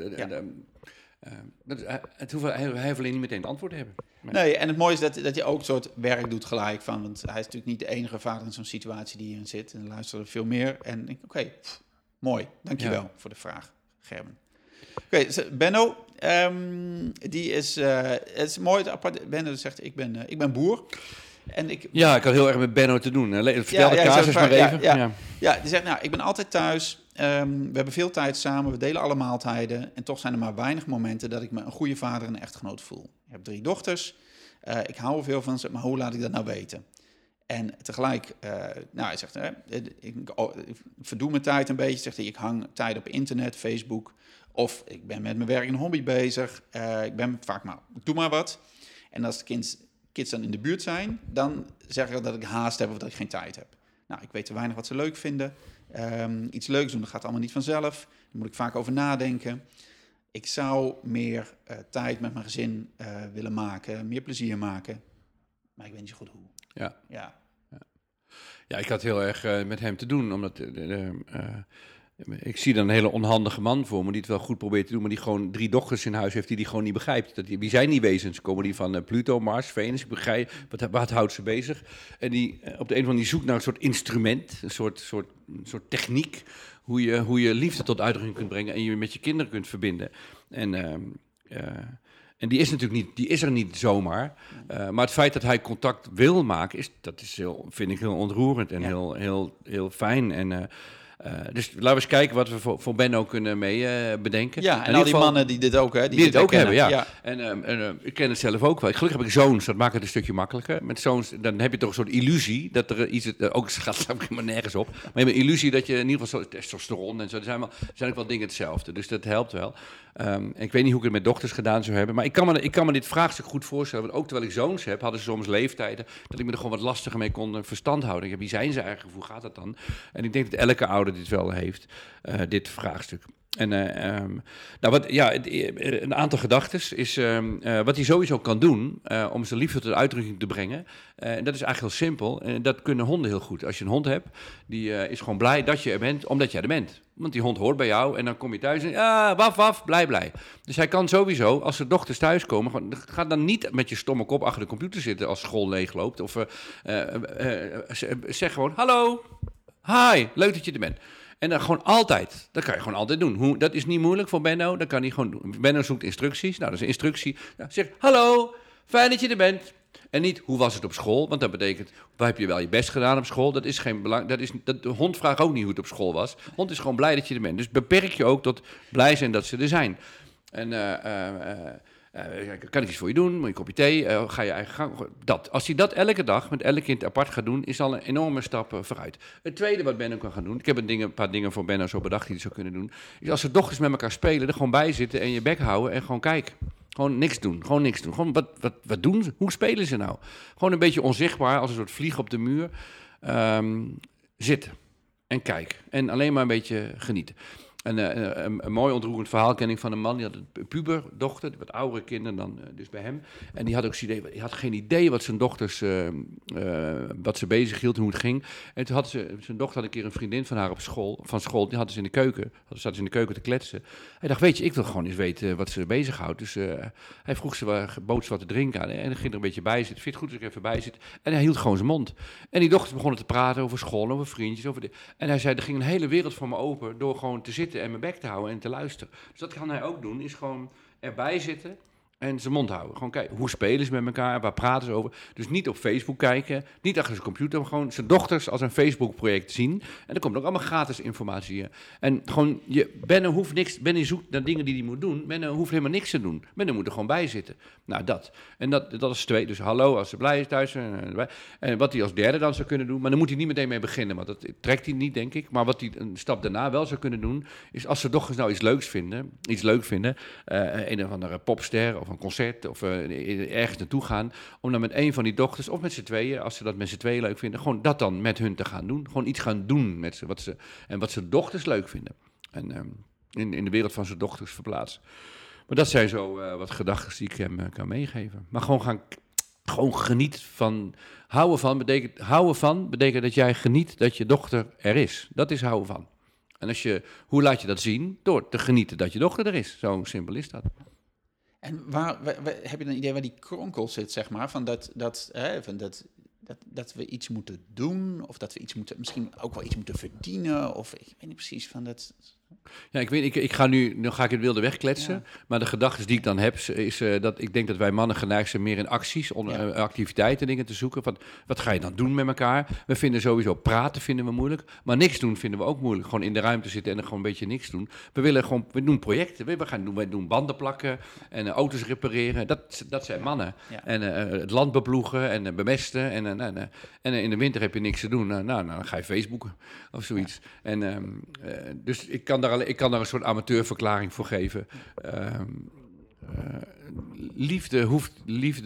Hij hoeft alleen niet meteen het antwoord te hebben. Nee, en het mooie is dat je ook een soort werk doet gelijk van, want hij is natuurlijk niet de enige vader in zo'n situatie die hierin zit. En er luisteren er veel meer. En denk ik, mooi, dankjewel voor de vraag, Gerben. Oké, Benno, die is, het is mooi, apart. Benno zegt, ik ben boer. En ik had heel erg met Benno te doen. Vertel de casus maar even. Ja, die zegt, ik ben altijd thuis. We hebben veel tijd samen, we delen alle maaltijden. En toch zijn er maar weinig momenten dat ik me een goede vader en echtgenoot voel. Ik heb 3 dochters. Ik hou er veel van ze, maar hoe laat ik dat nou weten? En tegelijk, hij zegt, ik verdoe mijn tijd een beetje. Zegt hij, ik hang tijd op internet, Facebook. Of ik ben met mijn werk en hobby bezig. Ik ben vaak ik doe maar wat. En als de kids dan in de buurt zijn, dan zeg ik dat ik haast heb of dat ik geen tijd heb. Nou, ik weet te weinig wat ze leuk vinden. Iets leuks doen, dat gaat allemaal niet vanzelf. Daar moet ik vaak over nadenken. Ik zou meer tijd met mijn gezin willen maken, meer plezier maken. Maar ik weet niet zo goed hoe. Ja, ik had heel erg met hem te doen, omdat ik zie dan een hele onhandige man voor me die het wel goed probeert te doen, maar die gewoon 3 dochters in huis heeft die gewoon niet begrijpt. Wie zijn die wezens? Komen die van Pluto, Mars, Venus? Ik begrijp, wat houdt ze bezig? En die op de een of andere manier zoekt naar een soort instrument, een soort techniek, hoe je liefde tot uitdrukking kunt brengen en je met je kinderen kunt verbinden. En die is natuurlijk niet, die is er niet zomaar. Maar het feit dat hij contact wil maken, vind ik heel ontroerend en heel fijn. En Dus laten we eens kijken wat we voor Benno kunnen bedenken. Ja, en al die mannen die dit ook, hè, die dit ook hebben, ja. ja. En ik ken het zelf ook wel. Gelukkig heb ik zoons, dat maakt het een stukje makkelijker. Met zoons, dan heb je toch een soort illusie dat er iets... ook gaat helemaal nergens op. Maar je hebt een illusie dat je in ieder geval testosteron en zo... zijn ook wel dingen hetzelfde. Dus dat helpt wel. Ik weet niet hoe ik het met dochters gedaan zou hebben. Maar ik kan me dit vraagstuk goed voorstellen. Want ook terwijl ik zoons heb, hadden ze soms leeftijden... dat ik me er gewoon wat lastiger mee kon verstand houden. Wie zijn ze eigenlijk? Hoe gaat dat dan? En ik denk dat elke ouder dit wel heeft, dit vraagstuk. En een aantal gedachten is wat hij sowieso kan doen om zijn liefde tot uitdrukking te brengen. En dat is eigenlijk heel simpel. En dat kunnen honden heel goed. Als je een hond hebt, die is gewoon blij dat je er bent, omdat jij er bent. Want die hond hoort bij jou en dan kom je thuis en waf, waf, blij. Dus hij kan sowieso, als zijn dochters thuiskomen, ga dan niet met je stomme kop achter de computer zitten als school leegloopt. Of zeg gewoon, hallo, hi, leuk dat je er bent. En dan gewoon altijd. Dat kan je gewoon altijd doen. Dat is niet moeilijk voor Benno. Dat kan hij gewoon doen. Benno zoekt instructies. Nou, dat is een instructie. Nou, zeg, hallo, fijn dat je er bent. En niet, hoe was het op school? Want dat betekent, waar heb je wel je best gedaan op school? Dat is geen belang. De hond vraagt ook niet hoe het op school was. De hond is gewoon blij dat je er bent. Dus beperk je ook tot blij zijn dat ze er zijn. En kan ik iets voor je doen? Moet je een kopje thee? Ga je eigen gang? Als hij dat elke dag met elk kind apart gaat doen, is al een enorme stap vooruit. Het tweede wat Benno kan gaan doen, ik heb een paar dingen voor Benno zo bedacht die hij zou kunnen doen, is als ze dochters met elkaar spelen, er gewoon bij zitten en je bek houden en gewoon kijken. Gewoon niks doen. Gewoon wat doen ze? Hoe spelen ze nou? Gewoon een beetje onzichtbaar, als een soort vlieg op de muur. Zitten en kijken. En alleen maar een beetje genieten. Een mooi ontroerend verhaal ken ik van een man, die had een puberdochter, wat oudere kinderen dan dus bij hem. En die had ook geen idee wat zijn dochters, wat ze bezig hield en hoe het ging. En toen had zijn dochter had een keer een vriendin van haar van school, die hadden ze in de keuken, zat ze in de keuken te kletsen. Hij dacht, weet je, ik wil gewoon eens weten wat ze bezighoudt. Dus hij vroeg ze, bood ze wat te drinken aan en dan ging er een beetje bij zitten. Vind je het goed als ik even bij zit? En hij hield gewoon zijn mond. En die dochters begonnen te praten over school, over vriendjes, en hij zei, er ging een hele wereld voor me open door gewoon te zitten en mijn bek te houden en te luisteren. Dus dat kan hij ook doen, is gewoon erbij zitten en zijn mond houden. Gewoon kijken, hoe spelen ze met elkaar, waar praten ze over. Dus niet op Facebook kijken, niet achter zijn computer, maar gewoon zijn dochters als een Facebook-project zien. En er komt ook allemaal gratis informatie. En gewoon, Benno hoeft niks, Benno zoekt naar dingen die hij moet doen. Benno hoeft helemaal niks te doen. Benno moet er gewoon bij zitten. Nou, dat. En dat is 2. Dus hallo, als ze blij is thuis. En wat hij als derde dan zou kunnen doen, maar dan moet hij niet meteen mee beginnen, want dat trekt hij niet, denk ik. Maar wat hij een stap daarna wel zou kunnen doen, is als ze dochters nou iets leuk vinden, een of andere popster of een concert of ergens naartoe gaan, om dan met een van die dochters of met z'n tweeën, als ze dat met z'n tweeën leuk vinden, gewoon dat dan met hun te gaan doen. Gewoon iets gaan doen met ze, wat ze dochters leuk vinden. En in de wereld van zijn dochters verplaatsen. Maar dat zijn zo wat gedachten die ik hem kan meegeven. Maar gewoon geniet van. Houden van betekent dat jij geniet dat je dochter er is. Dat is houden van. En hoe laat je dat zien? Door te genieten dat je dochter er is. Zo simpel is dat. En heb je een idee waar die kronkel zit, zeg maar? Dat we iets moeten doen, of dat we misschien ook wel iets moeten verdienen, of ik weet niet precies van dat. Ja, ik ga nu ga ik het wilde wegkletsen. Ja. Maar de gedachte die ik dan heb, is dat ik denk dat wij mannen geneigd zijn meer in acties, activiteiten, dingen te zoeken. Wat ga je dan doen met elkaar? We vinden sowieso praten moeilijk, maar niks doen vinden we ook moeilijk. Gewoon in de ruimte zitten en er gewoon een beetje niks doen. We doen projecten, we doen banden plakken en auto's repareren. Dat zijn mannen. Ja. En het land beploegen en bemesten. En in de winter heb je niks te doen. Nou, dan ga je Facebooken of zoiets. Ja. En dus ik kan daar een soort amateurverklaring voor geven. Liefde hoeft.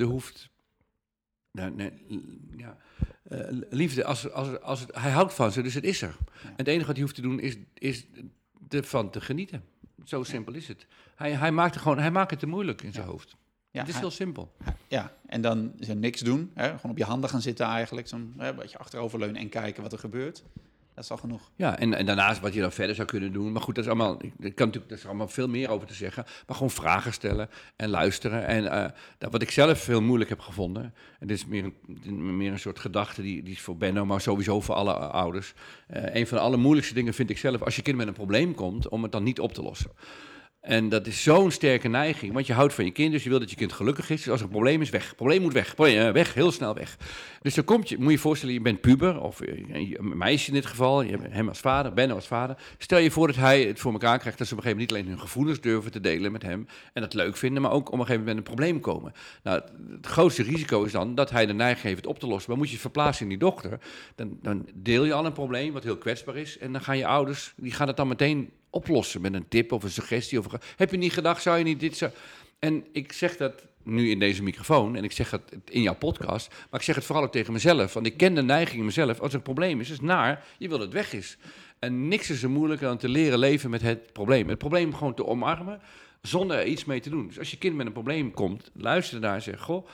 Liefde, hij houdt van ze, dus het is er. Ja. En het enige wat hij hoeft te doen is ervan te genieten. Zo simpel is het. Hij maakt het te moeilijk in zijn hoofd. Ja, het is heel simpel. Ja, en dan niks doen. Hè? Gewoon op je handen gaan zitten eigenlijk. Een beetje achteroverleunen en kijken wat er gebeurt. Dat is al genoeg. Ja, en daarnaast wat je dan verder zou kunnen doen. Maar goed, dat is allemaal veel meer over te zeggen. Maar gewoon vragen stellen en luisteren. En wat ik zelf veel moeilijk heb gevonden. En dit is meer een soort gedachte, die is voor Benno, maar sowieso voor alle ouders. Een van de allermoeilijkste dingen vind ik zelf, als je kind met een probleem komt, om het dan niet op te lossen. En dat is zo'n sterke neiging, want je houdt van je kind, dus je wil dat je kind gelukkig is. Dus als er een probleem is, weg. Het probleem moet weg. Weg, heel snel weg. Dus dan moet je je voorstellen, je bent puber, of een meisje in dit geval, je hebt hem als vader, Ben als vader. Stel je voor dat hij het voor elkaar krijgt dat ze op een gegeven moment niet alleen hun gevoelens durven te delen met hem en dat leuk vinden, maar ook op een gegeven moment met een probleem komen. Nou, het grootste risico is dan dat hij de neiging heeft het op te lossen. Maar moet je het verplaatsen in die dochter, dan deel je al een probleem wat heel kwetsbaar is en dan gaan je ouders, die gaan het dan meteen oplossen met een tip of een suggestie. Heb je niet gedacht, zou je niet dit zo... En ik zeg dat nu in deze microfoon en ik zeg het in jouw podcast, maar ik zeg het vooral ook tegen mezelf. Want ik ken de neiging in mezelf, als er een probleem is naar, je wil dat het weg is. En niks is zo moeilijker dan te leren leven met het probleem. Het probleem gewoon te omarmen, zonder er iets mee te doen. Dus als je kind met een probleem komt, luister naar en zeg, goh,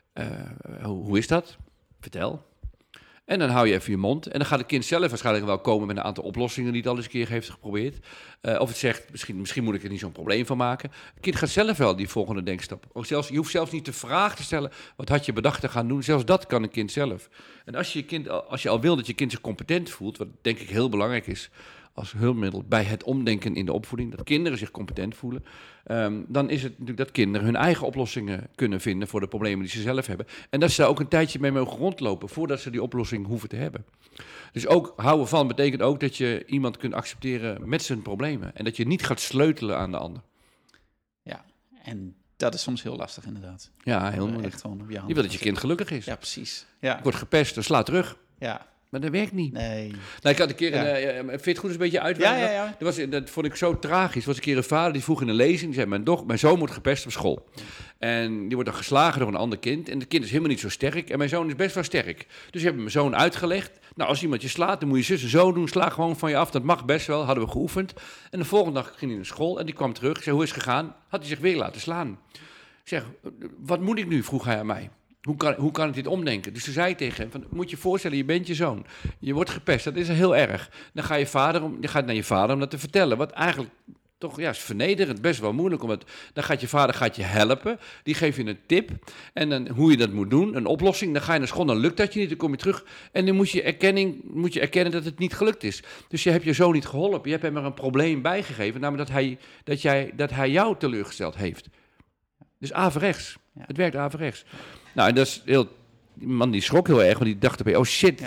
hoe is dat? Vertel. En dan hou je even je mond. En dan gaat het kind zelf waarschijnlijk wel komen met een aantal oplossingen die het al eens een keer heeft geprobeerd. Of het zegt, misschien moet ik er niet zo'n probleem van maken. Het kind gaat zelf wel die volgende denkstap. Je hoeft zelfs niet de vraag te stellen, wat had je bedacht te gaan doen? Zelfs dat kan een kind zelf. En als je al wil dat je kind zich competent voelt, wat denk ik heel belangrijk is als hulpmiddel bij het omdenken in de opvoeding, dat kinderen zich competent voelen, dan is het natuurlijk dat kinderen hun eigen oplossingen kunnen vinden voor de problemen die ze zelf hebben. En dat ze daar ook een tijdje mee mogen rondlopen voordat ze die oplossing hoeven te hebben. Dus ook houden van betekent ook dat je iemand kunt accepteren met zijn problemen. En dat je niet gaat sleutelen aan de ander. Ja, en dat is soms heel lastig inderdaad. Ja, heel moeilijk. Echt gewoon op je hand. Je wil dat je kind gelukkig is. Ja, precies. Ja. Ik word gepest, dan sla terug. Ja. Maar dat werkt niet. Nee. Nou, ik had een keer vind je het goed eens een beetje uitwerken? Ja. Dat vond ik zo tragisch. Er was een keer een vader die vroeg in een lezing, die zei, mijn zoon wordt gepest op school. En die wordt dan geslagen door een ander kind. En het kind is helemaal niet zo sterk. En mijn zoon is best wel sterk. Dus ik heb mijn zoon uitgelegd. Nou, als iemand je slaat, dan moet je zus en zo doen. Sla gewoon van je af. Dat mag best wel. Hadden we geoefend. En de volgende dag ging hij naar school. En die kwam terug. Ik zei, hoe is het gegaan? Had hij zich weer laten slaan. Ik zeg, wat moet ik nu? Vroeg hij aan mij. Hoe kan ik dit omdenken? Dus toen zei ik tegen hem, moet je je voorstellen, je bent je zoon. Je wordt gepest, dat is heel erg. Dan ga je gaat naar je vader om dat te vertellen. Wat eigenlijk toch is vernederend, best wel moeilijk. Dan gaat je vader je helpen, die geeft je een tip. En dan hoe je dat moet doen, een oplossing. Dan ga je naar school, dan lukt dat je niet, dan kom je terug. En dan moet je erkennen dat het niet gelukt is. Dus je hebt je zoon niet geholpen. Je hebt hem er een probleem bijgegeven, namelijk dat hij jou teleurgesteld heeft. Dus averechts. Ja. Het werkt averechts. Nou, en dat is die man die schrok heel erg, want die dacht erbij, oh shit.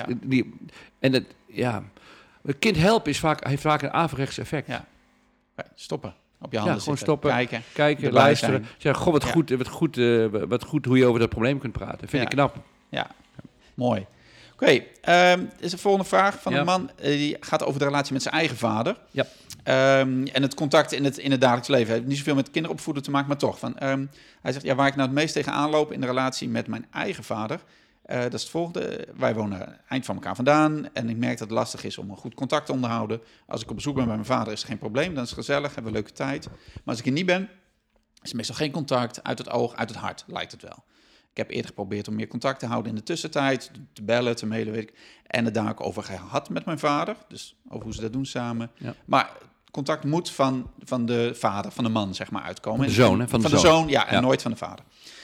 Ja. Het kind helpen heeft vaak een averechts effect. Ja. Stoppen. Op je handen gewoon zitten. stoppen. Kijken, luisteren. Zeg, goh, wat goed hoe je over dat probleem kunt praten. Vind ik knap. Ja, mooi. Oké, is de volgende vraag van een man. Die gaat over de relatie met zijn eigen vader. Ja. En het contact in het dagelijks leven. Hij heeft niet zoveel met kinderopvoeden te maken, maar toch. Hij zegt, waar ik nou het meest tegenaan loop in de relatie met mijn eigen vader, dat is het volgende. Wij wonen eind van elkaar vandaan en ik merk dat het lastig is om een goed contact te onderhouden. Als ik op bezoek ben bij mijn vader is het geen probleem, dan is het gezellig, hebben we een leuke tijd. Maar als ik er niet ben, is er meestal geen contact, uit het oog, uit het hart, lijkt het wel. Ik heb eerder geprobeerd om meer contact te houden in de tussentijd, te bellen, te mailen, weet ik. En het daar ook over gehad met mijn vader, dus over hoe ze dat doen samen. Ja. Maar contact moet van de vader, van de man, zeg maar, uitkomen. Van de zoon, hè? Van de zoon, ja, en nooit van de vader.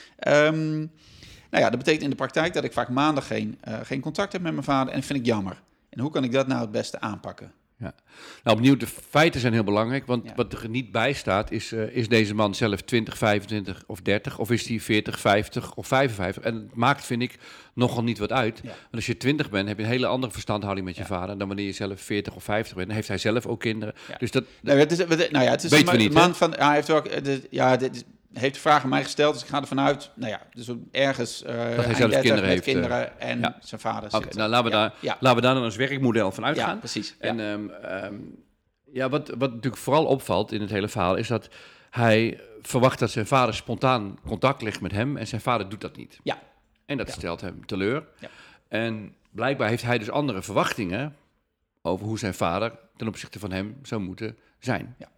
Dat betekent in de praktijk dat ik vaak maanden geen contact heb met mijn vader en dat vind ik jammer. En hoe kan ik dat nou het beste aanpakken? Ja. Nou, opnieuw, de feiten zijn heel belangrijk, want wat er niet bij staat is deze man zelf 20, 25 of 30, of is hij 40, 50 of 55? En het maakt, vind ik, nogal niet wat uit. Ja. Want als je 20 bent, heb je een hele andere verstandhouding met je vader dan wanneer je zelf 40 of 50 bent. Dan heeft hij zelf ook kinderen. Ja. Dus het is weten we niet, man van, hij heeft ook, heeft de vraag aan mij gesteld, dus ik ga ervan uit, dus ergens dat hij zelf kinderen heeft. Kinderen en zijn vader zit. Nou, laten we daar dan als werkmodel van uitgaan. Ja, precies. En wat natuurlijk vooral opvalt in het hele verhaal is dat hij verwacht dat zijn vader spontaan contact legt met hem en zijn vader doet dat niet. Ja. En dat stelt hem teleur. Ja. En blijkbaar heeft hij dus andere verwachtingen over hoe zijn vader ten opzichte van hem zou moeten zijn. Ja.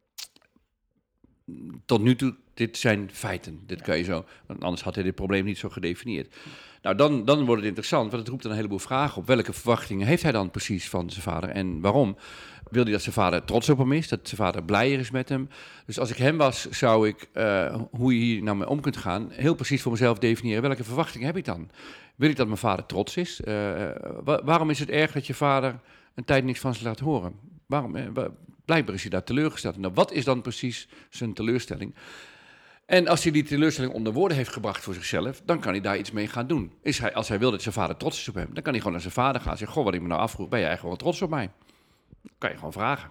Tot nu toe, dit zijn feiten. Dit kan je zo, want anders had hij dit probleem niet zo gedefinieerd. Nou, dan wordt het interessant, want het roept een heleboel vragen op. Welke verwachtingen heeft hij dan precies van zijn vader en waarom? Wil hij dat zijn vader trots op hem is, dat zijn vader blijer is met hem? Dus als ik hem was, zou ik, hoe je hier nou mee om kunt gaan, heel precies voor mezelf definiëren. Welke verwachtingen heb ik dan? Wil ik dat mijn vader trots is? Waarom is het erg dat je vader een tijd niks van zich laat horen? Waarom? Blijkbaar is hij daar teleurgesteld. Nou, wat is dan precies zijn teleurstelling? En als hij die teleurstelling onder woorden heeft gebracht voor zichzelf, dan kan hij daar iets mee gaan doen. Als hij wil dat zijn vader trots is op hem, dan kan hij gewoon naar zijn vader gaan en zeggen, goh, wat ik me nou afvroeg, ben jij eigenlijk wel trots op mij? Dat kan je gewoon vragen.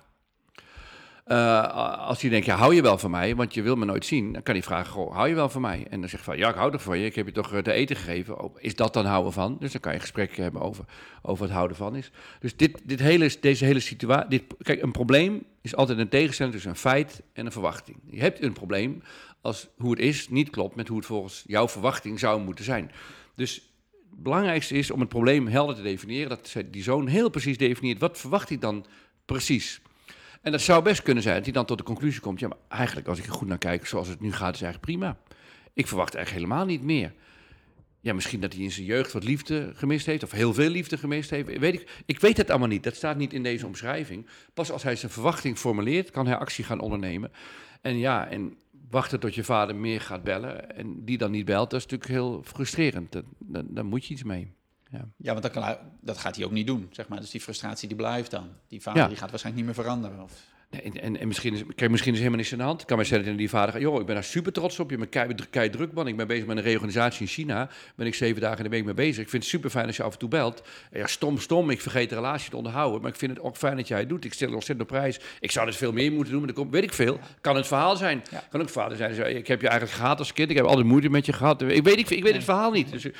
Als hij denkt, ja, hou je wel van mij, want je wil me nooit zien, dan kan hij vragen, goh, hou je wel van mij? En dan zegt hij, ja, ik hou toch van je, ik heb je toch te eten gegeven. Oh, is dat dan houden van? Dus dan kan je een gesprek hebben over het houden van is. Dus deze hele situatie, kijk, een probleem is altijd een tegenstelling tussen een feit en een verwachting. Je hebt een probleem als hoe het is niet klopt met hoe het volgens jouw verwachting zou moeten zijn. Dus het belangrijkste is om het probleem helder te definiëren, dat die zoon heel precies definieert, wat verwacht hij dan precies? En dat zou best kunnen zijn dat hij dan tot de conclusie komt, ja, maar eigenlijk als ik er goed naar kijk, zoals het nu gaat, is eigenlijk prima. Ik verwacht eigenlijk helemaal niet meer. Ja, misschien dat hij in zijn jeugd wat liefde gemist heeft, of heel veel liefde gemist heeft. Ik weet het allemaal niet, dat staat niet in deze omschrijving. Pas als hij zijn verwachting formuleert, kan hij actie gaan ondernemen. En wachten tot je vader meer gaat bellen en die dan niet belt, dat is natuurlijk heel frustrerend. Daar moet je iets mee. Ja, want dat gaat hij ook niet doen, zeg maar. Dus die frustratie die blijft dan. Die vader die gaat waarschijnlijk niet meer veranderen. Of... Nee, en misschien is helemaal niks aan de hand. Het kan mij zijn dat die vader gaat, joh, ik ben daar super trots op. Je bent kei druk, man. Ik ben bezig met een reorganisatie in China. Ben ik 7 dagen in de week mee bezig. Ik vind het super fijn als je af en toe belt. Ja, stom. Ik vergeet de relatie te onderhouden. Maar ik vind het ook fijn dat jij het doet. Ik stel er ontzettend op prijs. Ik zou dus veel meer moeten doen, maar weet ik veel. Kan het verhaal zijn. Ja. Kan ook vader zijn. Dus, ik heb je eigenlijk gehad als kind. Ik heb altijd moeite met je gehad. Ik weet het verhaal niet. Dus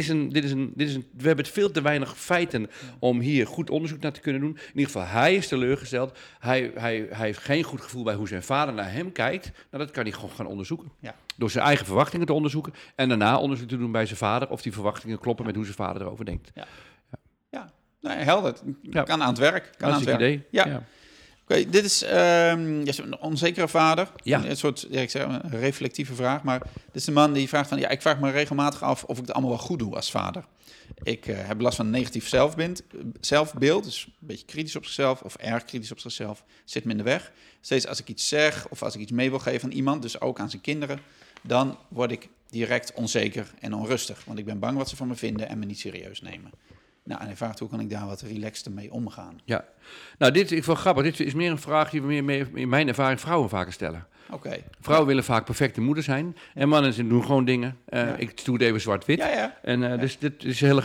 we hebben veel te weinig feiten om hier goed onderzoek naar te kunnen doen. In ieder geval, hij is teleurgesteld. Hij heeft geen goed gevoel bij hoe zijn vader naar hem kijkt. Nou, dat kan hij gewoon gaan onderzoeken. Ja. Door zijn eigen verwachtingen te onderzoeken. En daarna onderzoek te doen bij zijn vader. Of die verwachtingen kloppen met hoe zijn vader erover denkt. Ja. Nee, helder. Kan aan het werk. Dat is het idee. Ja. Oké, dit is een onzekere vader. Ja. Een soort, een reflectieve vraag. Maar dit is een man die vraagt van, ik vraag me regelmatig af of ik het allemaal wel goed doe als vader. Ik heb last van een negatief zelfbeeld, dus een beetje kritisch op zichzelf of erg kritisch op zichzelf, zit me in de weg. Steeds als ik iets zeg of als ik iets mee wil geven aan iemand, dus ook aan zijn kinderen, dan word ik direct onzeker en onrustig. Want ik ben bang wat ze van me vinden en me niet serieus nemen. Nou, en hij vraagt hoe kan ik daar wat relaxter mee omgaan. Ja, nou dit is wel grappig. Dit is meer een vraag die we in mijn ervaring vrouwen vaker stellen. Okay. Vrouwen willen vaak perfecte moeder zijn. En mannen doen gewoon dingen. Ik doe het even zwart-wit. Ja. En dus dit is heel...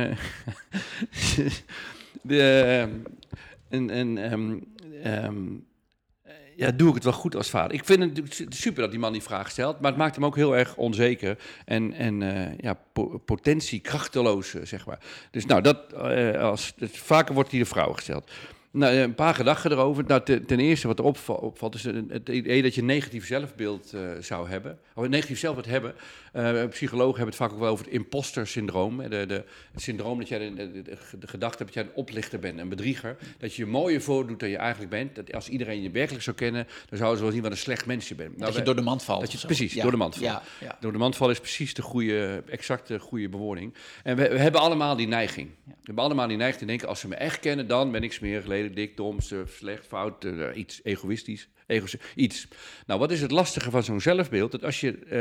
doe ik het wel goed als vader? Ik vind het super dat die man die vraag stelt, maar het maakt hem ook heel erg onzeker en potentie krachteloos, zeg maar. Dus nou, vaker wordt die de vrouw gesteld. Nou, een paar gedachten erover. Nou, ten eerste wat er opvalt is het idee dat je een negatief zelfbeeld zou hebben. Of een negatief zelfbeeld hebben. Psychologen hebben het vaak ook wel over het imposter-syndroom. Het syndroom dat jij de gedachte hebt dat jij een oplichter bent, een bedrieger. Dat je je mooier voordoet dan je eigenlijk bent. Dat als iedereen je werkelijk zou kennen, dan zouden ze wel zien wat een slecht mens je bent. Dat je door de mand valt. Precies, door de mand valt. Ja. Door de mand vallen is precies de exacte goede bewoording. En we hebben allemaal die neiging. Ja. We hebben allemaal die neiging te denken, als ze me echt kennen, dan ben ik smerig, lelijk, dik, dom, slecht, fout, iets egoïstisch. Iets. Nou, wat is het lastige van zo'n zelfbeeld? Dat als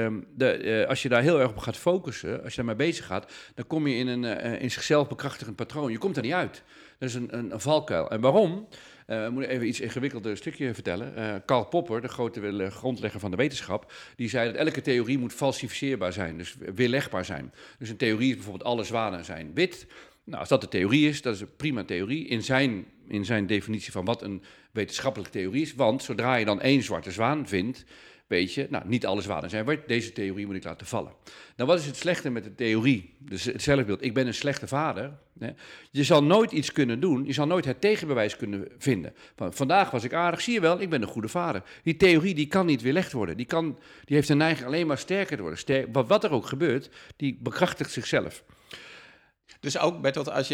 je daar heel erg op gaat focussen, als je daarmee bezig gaat, dan kom je in een in zichzelf bekrachtigend patroon. Je komt er niet uit. Dat is een valkuil. En waarom? Ik moet even iets ingewikkelder stukje vertellen. Karl Popper, de grote grondlegger van de wetenschap, die zei dat elke theorie moet falsificeerbaar zijn, dus weerlegbaar zijn. Dus een theorie is bijvoorbeeld alle zwanen zijn wit. Nou, als dat de theorie is, dat is een prima theorie in zijn definitie van wat een wetenschappelijke theorie is. Want zodra je dan 1 zwarte zwaan vindt, weet je, nou, niet alle zwanen zijn wit, deze theorie moet ik laten vallen. Nou, wat is het slechte met de theorie? Dus het zelfbeeld, ik ben een slechte vader. Hè? Je zal nooit iets kunnen doen, je zal nooit het tegenbewijs kunnen vinden. Vandaag was ik aardig, zie je wel, ik ben een goede vader. Die theorie die kan niet weerlegd worden. Die heeft een neiging alleen maar sterker te worden. Wat er ook gebeurt, die bekrachtigt zichzelf. Dus ook, Bertolt, als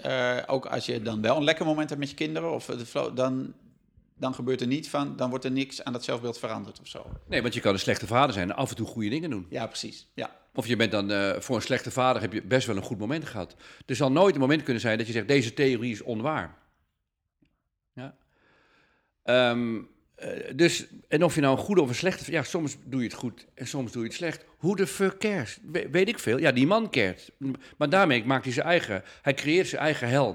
je dan wel een lekker moment hebt met je kinderen, dan gebeurt er niet van, dan wordt er niks aan dat zelfbeeld veranderd of zo. Nee, want je kan een slechte vader zijn en af en toe goede dingen doen. Ja, precies. Ja. Of je bent dan, voor een slechte vader heb je best wel een goed moment gehad. Er zal nooit een moment kunnen zijn dat je zegt, deze theorie is onwaar. Ja. En of je nou een goede of een slechte... Ja, soms doe je het goed en soms doe je het slecht. Who the fuck cares? Weet ik veel. Ja, die man cares. Maar daarmee maakt hij zijn eigen... Hij creëert zijn eigen hel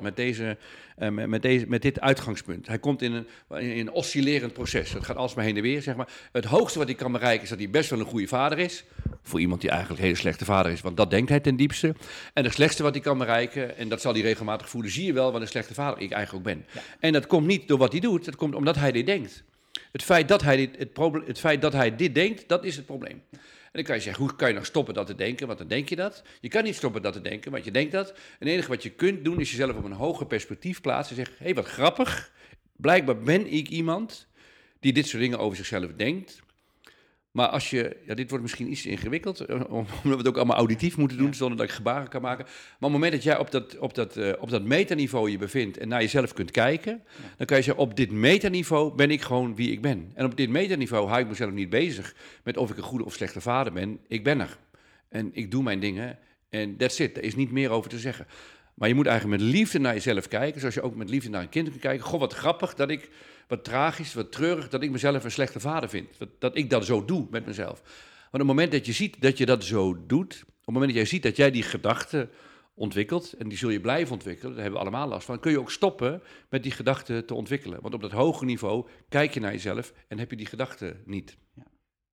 met dit uitgangspunt. Hij komt in een oscillerend proces. Het gaat alsmaar heen en weer, zeg maar. Het hoogste wat hij kan bereiken is dat hij best wel een goede vader is. Voor iemand die eigenlijk een hele slechte vader is. Want dat denkt hij ten diepste. En het slechtste wat hij kan bereiken... En dat zal hij regelmatig voelen. Zie je wel wat een slechte vader ik eigenlijk ook ben. Ja. En dat komt niet door wat hij doet. Dat komt omdat hij dit denkt. Het feit dat hij dit denkt, dat is het probleem. En dan kan je zeggen, hoe kan je nog stoppen dat te denken? Want dan denk je dat. Je kan niet stoppen dat te denken, want je denkt dat. En het enige wat je kunt doen, is jezelf op een hoger perspectief plaatsen. En zeggen, hé, wat grappig. Blijkbaar ben ik iemand die dit soort dingen over zichzelf denkt. Maar als je... Ja, dit wordt misschien iets ingewikkeld, omdat we het ook allemaal auditief moeten doen, zonder dat ik gebaren kan maken. Maar op het moment dat jij op dat metaniveau je bevindt en naar jezelf kunt kijken, dan kan je zeggen, op dit metaniveau ben ik gewoon wie ik ben. En op dit metaniveau hou ik mezelf niet bezig met of ik een goede of slechte vader ben. Ik ben er. En ik doe mijn dingen. En that's it. Er is niet meer over te zeggen. Maar je moet eigenlijk met liefde naar jezelf kijken, zoals je ook met liefde naar een kind kunt kijken. Goh, wat grappig dat ik... Wat tragisch, wat treurig dat ik mezelf een slechte vader vind. Dat ik dat zo doe met mezelf. Want op het moment dat je ziet dat je dat zo doet... op het moment dat jij ziet dat jij die gedachten ontwikkelt... en die zul je blijven ontwikkelen, daar hebben we allemaal last van... kun je ook stoppen met die gedachten te ontwikkelen. Want op dat hoge niveau kijk je naar jezelf en heb je die gedachten niet. Ja.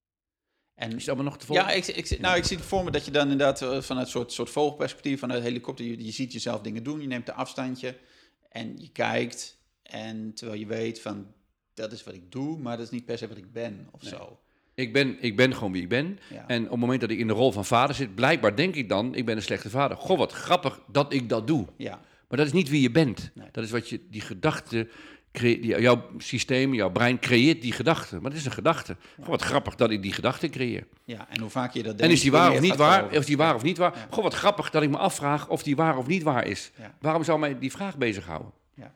En, is het allemaal nog te volgen? Ja, ik zie het voor me dat je dan inderdaad vanuit een soort vogelperspectief... vanuit de helikopter, je ziet jezelf dingen doen, je neemt een afstandje... en je kijkt... En terwijl je weet van, dat is wat ik doe, maar dat is niet per se wat ik ben of zo. Ik ben gewoon wie ik ben. Ja. En op het moment dat ik in de rol van vader zit, blijkbaar denk ik dan, ik ben een slechte vader. Goh, wat grappig dat ik dat doe. Ja. Maar dat is niet wie je bent. Nee. Dat is wat je, die gedachte, jouw systeem, jouw brein creëert die gedachte. Maar het is een gedachte. Ja. Goh, wat grappig dat ik die gedachte creëer. Ja, en hoe vaak je dat denkt. En is die waar of niet waar? Is die waar of niet waar? Ja. Goh, wat grappig dat ik me afvraag of die waar of niet waar is. Ja. Waarom zou mij die vraag bezighouden?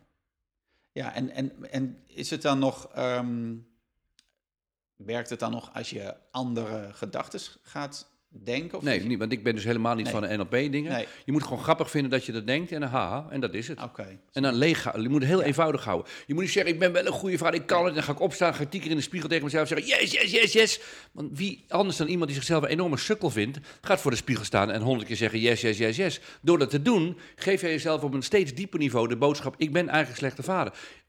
Ja, en is het dan nog... werkt het dan nog als je andere gedachten gaat denken? Of nee, niet, want ik ben dus helemaal niet van de NLP-dingen. Nee. Je moet gewoon grappig vinden dat je dat denkt en haha, en dat is het. Okay. En dan je moet het heel eenvoudig houden. Je moet niet zeggen, ik ben wel een goede vader, ik kan het. En dan ga ik opstaan, ga ik 10 keer in de spiegel tegen mezelf zeggen, yes, yes, yes, yes. Want wie anders dan iemand die zichzelf een enorme sukkel vindt, gaat voor de spiegel staan en 100 keer zeggen, yes, yes, yes, yes. Door dat te doen, geef je jezelf op een steeds dieper niveau de boodschap, ik ben eigenlijk een slechte vader.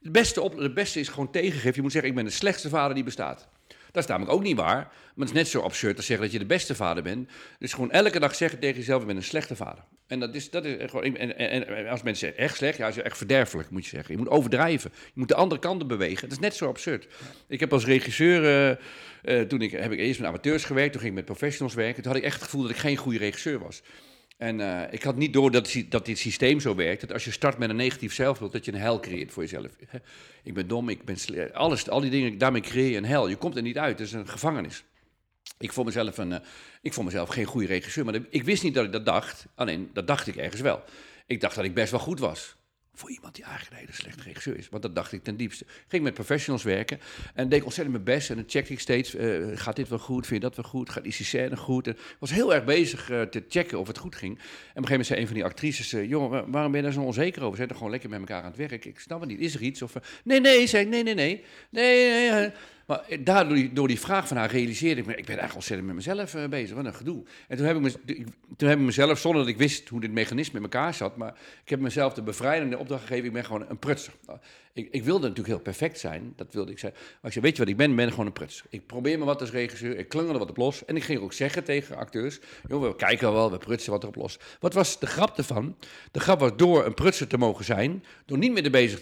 Het beste is gewoon tegengeven. Je moet zeggen, ik ben de slechtste vader die bestaat. Dat is namelijk ook niet waar. Maar het is net zo absurd als zeggen dat je de beste vader bent. Dus gewoon elke dag zeggen tegen jezelf, ik ben een slechte vader. En dat is gewoon... En als mensen zeggen, echt slecht, ja, is echt verderfelijk, moet je zeggen. Je moet overdrijven. Je moet de andere kanten bewegen. Dat is net zo absurd. Ja. Ik heb als regisseur... heb ik eerst met amateurs gewerkt, toen ging ik met professionals werken. Toen had ik echt het gevoel dat ik geen goede regisseur was. En ik had niet door dat dit systeem zo werkt, dat als je start met een negatief zelfbeeld, dat je een hel creëert voor jezelf. Ik ben dom, ik ben al die dingen, daarmee creëer je een hel. Je komt er niet uit, het is een gevangenis. Ik vond mezelf geen goede regisseur, maar ik wist niet dat ik dat dacht, alleen dat dacht ik ergens wel. Ik dacht dat ik best wel goed was. Voor iemand die eigenlijk een hele slechte regisseur is. Want dat dacht ik ten diepste. Ging met professionals werken. En deed ontzettend mijn best. En dan checkte ik steeds. Gaat dit wel goed? Vind je dat wel goed? Gaat die scène goed? En ik was heel erg bezig te checken of het goed ging. En op een gegeven moment zei een van die actrices... jongen, waarom ben je daar zo onzeker over? We zijn toch gewoon lekker met elkaar aan het werk? Ik snap het niet. Is er iets? Of, nee, zei ik. Nee. Maar door die vraag van haar realiseerde ik me... ik ben eigenlijk ontzettend met mezelf bezig. Wat een gedoe. En toen heb ik mezelf, zonder dat ik wist hoe dit mechanisme in elkaar zat... maar ik heb mezelf de bevrijdende opdracht gegeven... ik ben gewoon een prutser. Ik wilde natuurlijk heel perfect zijn, dat wilde ik zijn. Maar ik zei, weet je wat ik ben gewoon een prutser. Ik probeer me wat als regisseur, ik klungel er wat op los... en ik ging ook zeggen tegen acteurs... joh, we kijken wel, we prutsen wat erop los. Wat was de grap ervan? De grap was door een prutser te mogen zijn... door niet meer bezig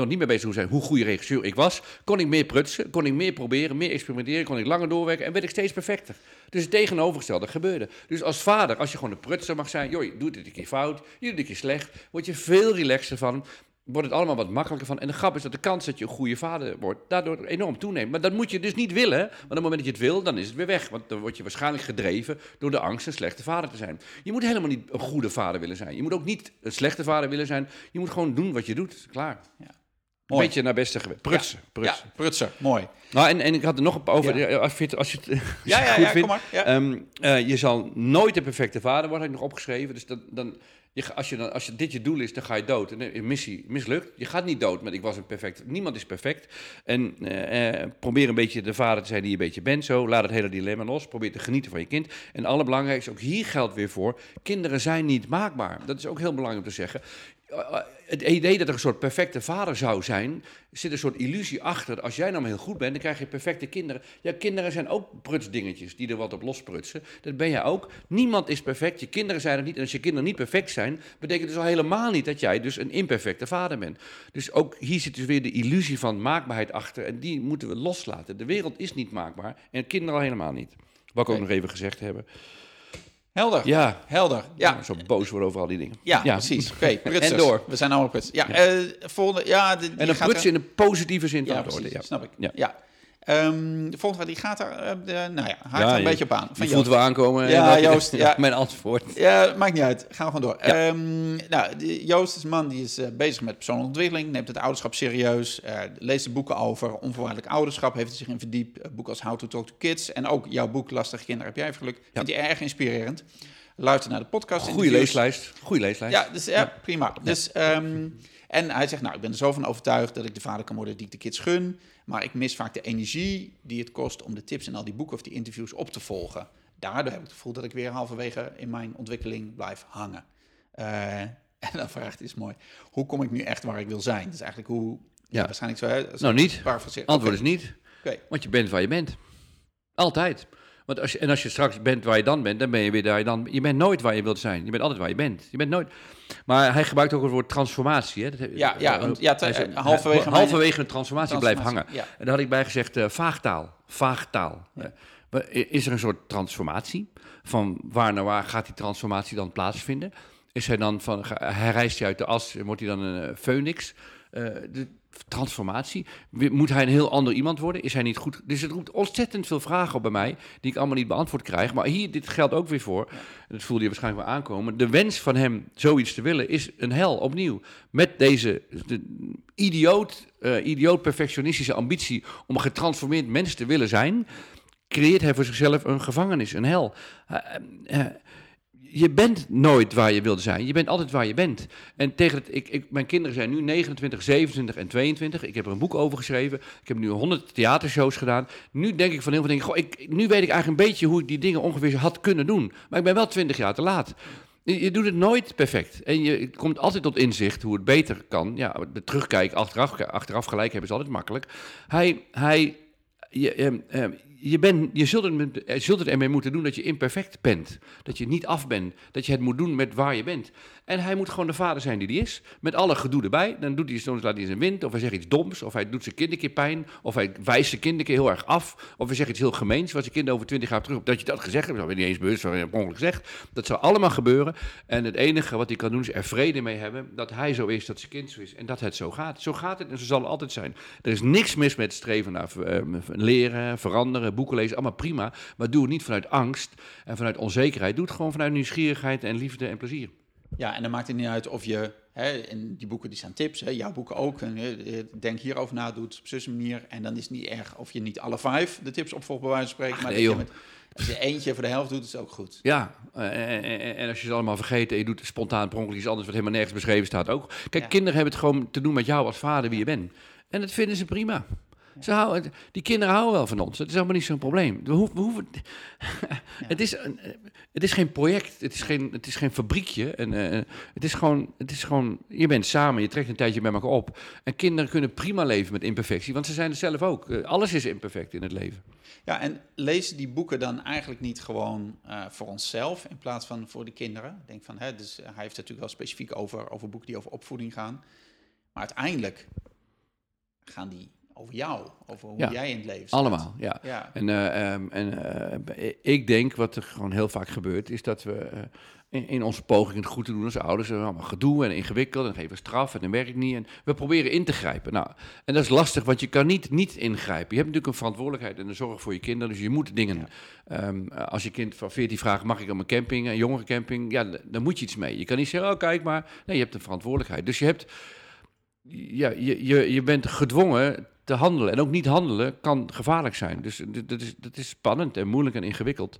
te zijn hoe goede regisseur ik was... kon ik meer prutsen, kon ik meer proberen, meer experimenteren... kon ik langer doorwerken en werd ik steeds perfecter. Dus het tegenovergestelde gebeurde. Dus als vader, als je gewoon een prutser mag zijn... joh, je doet het een keer fout, je doet het een keer slecht... word je veel relaxer van... wordt het allemaal wat makkelijker van. En de grap is dat de kans dat je een goede vader wordt... daardoor enorm toeneemt. Maar dat moet je dus niet willen. Want op het moment dat je het wil, dan is het weer weg. Want dan word je waarschijnlijk gedreven... door de angst een slechte vader te zijn. Je moet helemaal niet een goede vader willen zijn. Je moet ook niet een slechte vader willen zijn. Je moet gewoon doen wat je doet. Klaar. Ja. Mooi. Beetje naar beste gewend. Prutsen. Ja, prutser. Mooi. Nou, en ik had er nog op over, Ja. als je het goed vindt. Kom maar. Ja. Je zal nooit de perfecte vader worden, heb ik nog opgeschreven. Dus als je dit je doel is, dan ga je dood. En de missie mislukt. Je gaat niet dood met ik was een perfect. Niemand is perfect. En probeer een beetje de vader te zijn die je een beetje bent. Zo, laat het hele dilemma los. Probeer te genieten van je kind. En het allerbelangrijkste, ook hier geldt weer voor, kinderen zijn niet maakbaar. Dat is ook heel belangrijk om te zeggen. Het idee dat er een soort perfecte vader zou zijn, zit een soort illusie achter. Als jij nou maar heel goed bent, dan krijg je perfecte kinderen. Ja, kinderen zijn ook prutsdingetjes die er wat op losprutsen. Dat ben jij ook. Niemand is perfect. Je kinderen zijn het niet. En als je kinderen niet perfect zijn, betekent dus al helemaal niet dat jij dus een imperfecte vader bent. Dus ook hier zit dus weer de illusie van maakbaarheid achter. En die moeten we loslaten. De wereld is niet maakbaar. En kinderen al helemaal niet. Wat ik ook nog even gezegd hebben. Helder. Ja. Helder. Ja. Zo boos worden over al die dingen. Ja, precies. Oké, prutsers. En door. We zijn allemaal prutsers. Ja, volgende. Ja, die En een gaat prutsen in de positieve zin van Ja, het woord. precies. Ja. Snap ik. Ja. Ja. De volgende die gaat er, haakt er een beetje op aan. Je voelt wel aankomen. Ja, Joost. Ja. Mijn antwoord. Ja, maakt niet uit. Gaan we gewoon door. Ja. Joost is een man die is bezig met persoonlijke ontwikkeling, neemt het ouderschap serieus, leest de boeken over onvoorwaardelijk ouderschap, heeft er zich in verdiept. Boeken als How to Talk to Kids en ook jouw boek Lastige Kinderen heb jij even geluk. Vindt hij erg inspirerend. Luister naar de podcast. Goeie leeslijst. Ja, dus, prima. Dus, en hij zegt, ik ben er zo van overtuigd dat ik de vader kan worden die ik de kids gun. Maar ik mis vaak de energie die het kost om de tips en al die boeken of die interviews op te volgen. Daardoor heb ik het gevoel dat ik weer halverwege in mijn ontwikkeling blijf hangen. En dan vraagt hij, is mooi, hoe kom ik nu echt waar ik wil zijn? Dus eigenlijk hoe, waarschijnlijk zo... Niet. Antwoord is niet. Okay. Want je bent waar je bent. Altijd. Want als je straks bent waar je dan bent, dan ben je weer daar. Je bent nooit waar je wilt zijn. Je bent altijd waar je bent. Je bent nooit... Maar hij gebruikt ook het woord transformatie. Hè? Halverwege een transformatie blijft hangen. Ja. En daar had ik bij gezegd, vaagtaal. Vaagtaal. Ja. Is er een soort transformatie? Van waar naar waar gaat die transformatie dan plaatsvinden? Is hij dan hij reist hij uit de as, wordt hij dan een phoenix? De transformatie. Moet hij een heel ander iemand worden? Is hij niet goed? Dus het roept ontzettend veel vragen op bij mij, die ik allemaal niet beantwoord krijg. Maar hier, dit geldt ook weer voor, dat voelde je waarschijnlijk wel aankomen, de wens van hem zoiets te willen is een hel, opnieuw. Met deze idioot perfectionistische ambitie om een getransformeerd mens te willen zijn, creëert hij voor zichzelf een gevangenis, een hel. Je bent nooit waar je wilt zijn. Je bent altijd waar je bent. En tegen mijn kinderen zijn nu 29, 27 en 22. Ik heb er een boek over geschreven. Ik heb nu 100 theatershows gedaan. Nu denk ik van heel veel dingen. Nu weet ik eigenlijk een beetje hoe ik die dingen ongeveer had kunnen doen. Maar ik ben wel 20 jaar te laat. Je doet het nooit perfect. En je komt altijd tot inzicht hoe het beter kan. Ja, de terugkijk, achteraf gelijk hebben is altijd makkelijk. Je zult het ermee moeten doen dat je imperfect bent. Dat je niet af bent. Dat je het moet doen met waar je bent. En hij moet gewoon de vader zijn die hij is. Met alle gedoe erbij. Dan doet hij soms laat hij zijn wind. Of hij zegt iets doms. Of hij doet zijn kind een keer pijn. Of hij wijst zijn kind een keer heel erg af. Of hij zegt iets heel gemeens. Wat zijn kind over 20 jaar terug. Dat je dat gezegd hebt. Dat heb je niet eens bewust van. Je hebt ongeluk gezegd. Dat zou allemaal gebeuren. En het enige wat hij kan doen is er vrede mee hebben. Dat hij zo is. Dat zijn kind zo is. En dat het zo gaat. Zo gaat het en zo zal het altijd zijn. Er is niks mis met streven naar leren, veranderen, boeken lezen. Allemaal prima. Maar doe het niet vanuit angst en vanuit onzekerheid. Doe het gewoon vanuit nieuwsgierigheid en liefde en plezier. Ja, en dan maakt het niet uit of je, in die boeken die staan tips, jouw boeken ook, en denk hierover na, doe het op zo'n manier. En dan is het niet erg of je niet alle 5 de tips opvolgt bij wijze van spreken. Maar nee, als je eentje voor de helft doet, is het ook goed. Ja, en als je ze allemaal vergeet en je doet spontaan per ongeluk iets anders wat helemaal nergens beschreven staat ook. Kijk, kinderen hebben het gewoon te doen met jou als vader wie je bent. En dat vinden ze prima. Die kinderen houden wel van ons. Dat is allemaal niet zo'n probleem. We hoeven, het is geen project. Het is geen fabriekje. Het is gewoon... Je bent samen. Je trekt een tijdje met elkaar op. En kinderen kunnen prima leven met imperfectie. Want ze zijn het zelf ook. Alles is imperfect in het leven. Ja, en lezen die boeken dan eigenlijk niet gewoon voor onszelf... in plaats van voor de kinderen? Ik denk van, dus hij heeft het natuurlijk wel specifiek over boeken die over opvoeding gaan. Maar uiteindelijk gaan die... over jou, over hoe jij in het leven staat. Allemaal, ja. En ik denk, wat er gewoon heel vaak gebeurt, is dat we in onze poging het goed te doen als ouders, allemaal gedoe en ingewikkeld, en geven straf en dan werkt het niet. En we proberen in te grijpen. Nou, en dat is lastig, want je kan niet ingrijpen. Je hebt natuurlijk een verantwoordelijkheid en een zorg voor je kinderen, dus je moet dingen... als je kind van 14 vraagt, mag ik op een camping, een jongerencamping? Ja, dan moet je iets mee. Je kan niet zeggen, kijk maar. Nee, je hebt een verantwoordelijkheid. Dus je hebt... je bent gedwongen te handelen. En ook niet handelen kan gevaarlijk zijn. Dus dat is spannend en moeilijk en ingewikkeld.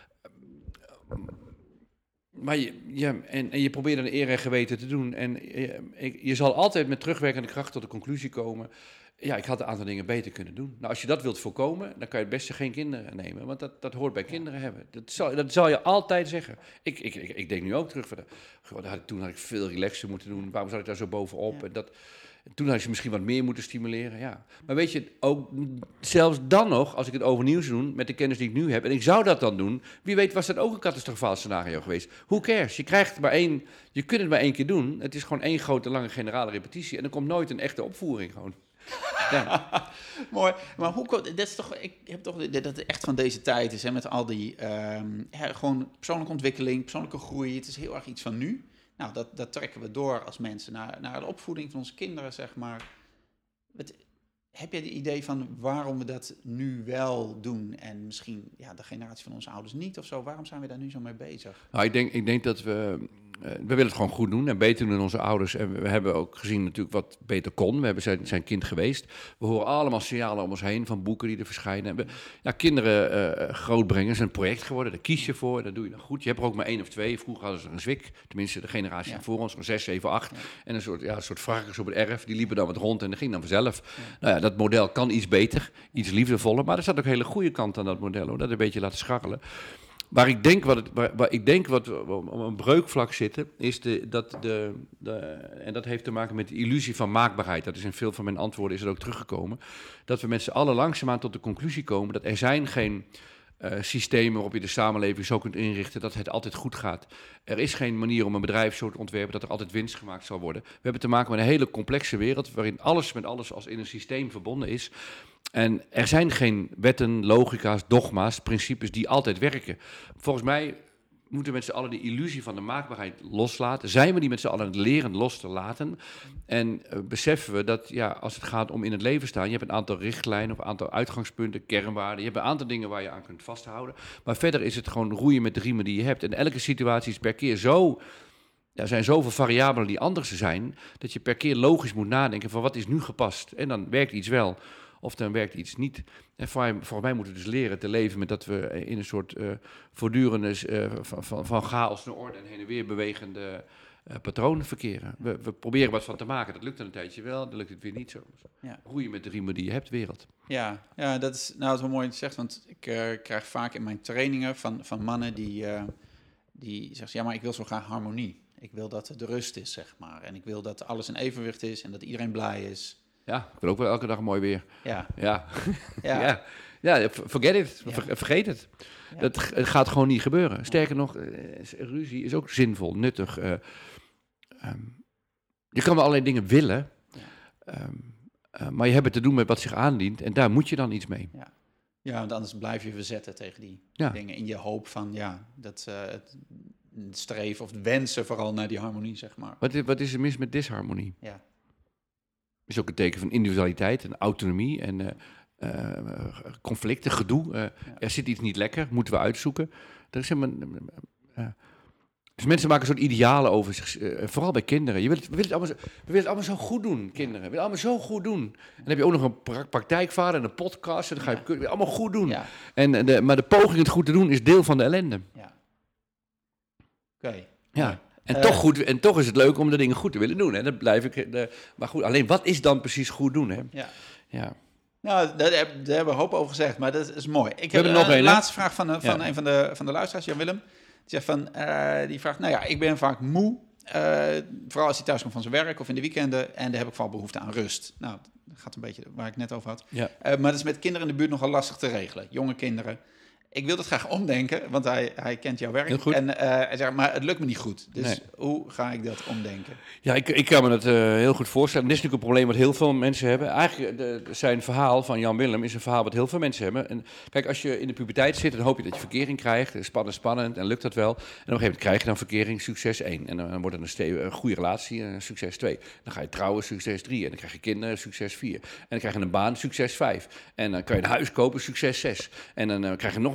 Maar je probeert een eer en geweten te doen. En je zal altijd met terugwerkende kracht tot de conclusie komen... Ja, ik had een aantal dingen beter kunnen doen. Nou, als je dat wilt voorkomen, dan kan je het beste geen kinderen nemen. Want dat hoort bij kinderen hebben. Dat zal je altijd zeggen. Ik denk nu ook terug. Toen had ik veel relaxer moeten doen. Waarom zat ik daar zo bovenop? Ja. Toen had je misschien wat meer moeten stimuleren. Ja. Maar weet je, ook zelfs dan nog, als ik het overnieuw zou doen... met de kennis die ik nu heb, en ik zou dat dan doen... wie weet was dat ook een catastrofaal scenario geweest. Who cares? Je kunt het maar één keer doen. Het is gewoon één grote, lange generale repetitie. En er komt nooit een echte opvoering gewoon. Ja. Mooi, maar dat is toch, ik heb toch dat het echt van deze tijd is, hè, met al die gewoon persoonlijke ontwikkeling, persoonlijke groei. Het is heel erg iets van nu. Nou, dat trekken we door als mensen naar de opvoeding van onze kinderen, zeg maar. Heb je het idee van waarom we dat nu wel doen en misschien de generatie van onze ouders niet of zo? Waarom zijn we daar nu zo mee bezig? Nou, ik denk dat we willen het gewoon goed doen en beter doen dan onze ouders. En we hebben ook gezien natuurlijk wat beter kon. We zijn kind geweest. We horen allemaal signalen om ons heen van boeken die er verschijnen. Kinderen grootbrengen is een project geworden. Daar kies je voor, dat doe je dan goed. Je hebt er ook maar 1 of 2. Vroeger hadden ze er een zwik. Tenminste, de generatie voor ons, 6, 7, 8. Ja. En een soort varkens op het erf. Die liepen dan wat rond en dat ging dan vanzelf. Ja. Nou ja, dat model kan iets beter, iets liefdevoller. Maar er zat ook een hele goede kant aan dat model, hoor. Dat een beetje laten scharrelen. Waar ik denk wat op een breukvlak zitten, is en dat heeft te maken met de illusie van maakbaarheid. Dat is in veel van mijn antwoorden is er ook teruggekomen. Dat we met z'n allen langzaamaan tot de conclusie komen dat er zijn geen systemen waarop je de samenleving zo kunt inrichten dat het altijd goed gaat. Er is geen manier om een bedrijf zo te ontwerpen dat er altijd winst gemaakt zal worden. We hebben te maken met een hele complexe wereld waarin alles met alles als in een systeem verbonden is. En er zijn geen wetten, logica's, dogma's, principes die altijd werken. Volgens mij moeten we met z'n allen de illusie van de maakbaarheid loslaten. Zijn we die met z'n allen aan het leren los te laten? En beseffen we dat als het gaat om in het leven staan... je hebt een aantal richtlijnen of een aantal uitgangspunten, kernwaarden. Je hebt een aantal dingen waar je aan kunt vasthouden. Maar verder is het gewoon roeien met de riemen die je hebt. En elke situatie is per keer zo... Er zijn zoveel variabelen die anders zijn... dat je per keer logisch moet nadenken van wat is nu gepast. En dan werkt iets wel... Of dan werkt iets niet. En voor mij moeten we dus leren te leven met dat we in een soort voortdurende van chaos naar orde en heen en weer bewegende patronen verkeren. We proberen wat van te maken. Dat lukt dan een tijdje wel, dan lukt het weer niet zo. Roeien met de riemen die je hebt, wereld. Ja, dat is wel mooi dat je zegt, want ik krijg vaak in mijn trainingen van mannen die zeggen, maar ik wil zo graag harmonie. Ik wil dat het rust is, zeg maar. En ik wil dat alles in evenwicht is en dat iedereen blij is. Ja, ik wil ook wel elke dag mooi weer. Ja. Forget it. Vergeet het. Ja. Het gaat gewoon niet gebeuren. Sterker nog, ruzie is ook zinvol, nuttig. Je kan wel allerlei dingen willen, maar je hebt het te doen met wat zich aandient en daar moet je dan iets mee. Ja, want anders blijf je verzetten tegen die dingen in je hoop van dat het streven of wensen vooral naar die harmonie, zeg maar. Wat is er mis met disharmonie? Ja. Is ook een teken van individualiteit en autonomie en conflicten, gedoe. Er zit iets niet lekker, moeten we uitzoeken. Dus mensen maken zo'n idealen over zich, vooral bij kinderen. We willen het allemaal zo goed doen, kinderen. We willen het allemaal zo goed doen. En dan heb je ook nog een praktijkvader en een podcast en dan ga je allemaal goed doen. Ja. Maar de poging het goed te doen is deel van de ellende. Ja. Oké. Ja. En toch is het leuk om de dingen goed te willen doen. Hè? Dat blijf ik. Maar goed, alleen wat is dan precies goed doen? Hè? Ja. Nou, daar hebben we een hoop over gezegd, maar dat is mooi. Ik heb nog een laatste vraag van een van de luisteraars, Jan-Willem. Die zegt die vraagt, ik ben vaak moe. Vooral als hij thuis komt van zijn werk of in de weekenden. En daar heb ik vooral behoefte aan rust. Nou, dat gaat een beetje waar ik net over had. Ja. Maar dat is met kinderen in de buurt nogal lastig te regelen. Jonge kinderen. Ik wil dat graag omdenken, want hij kent jouw werk. En hij zegt, maar het lukt me niet goed. Dus hoe ga ik dat omdenken? Ja, ik kan me dat heel goed voorstellen. Dit is natuurlijk een probleem wat heel veel mensen hebben. Eigenlijk, zijn verhaal van Jan-Willem is een verhaal wat heel veel mensen hebben. En kijk, als je in de puberteit zit, dan hoop je dat je verkering krijgt. Spannend, en lukt dat wel. En op een gegeven moment krijg je dan verkering, succes 1. En dan wordt het een goede relatie, succes 2. Dan ga je trouwen, succes 3. En dan krijg je kinderen, succes 4. En dan krijg je een baan, succes 5. En dan kan je een huis kopen, succes 6. En dan krijg je nog een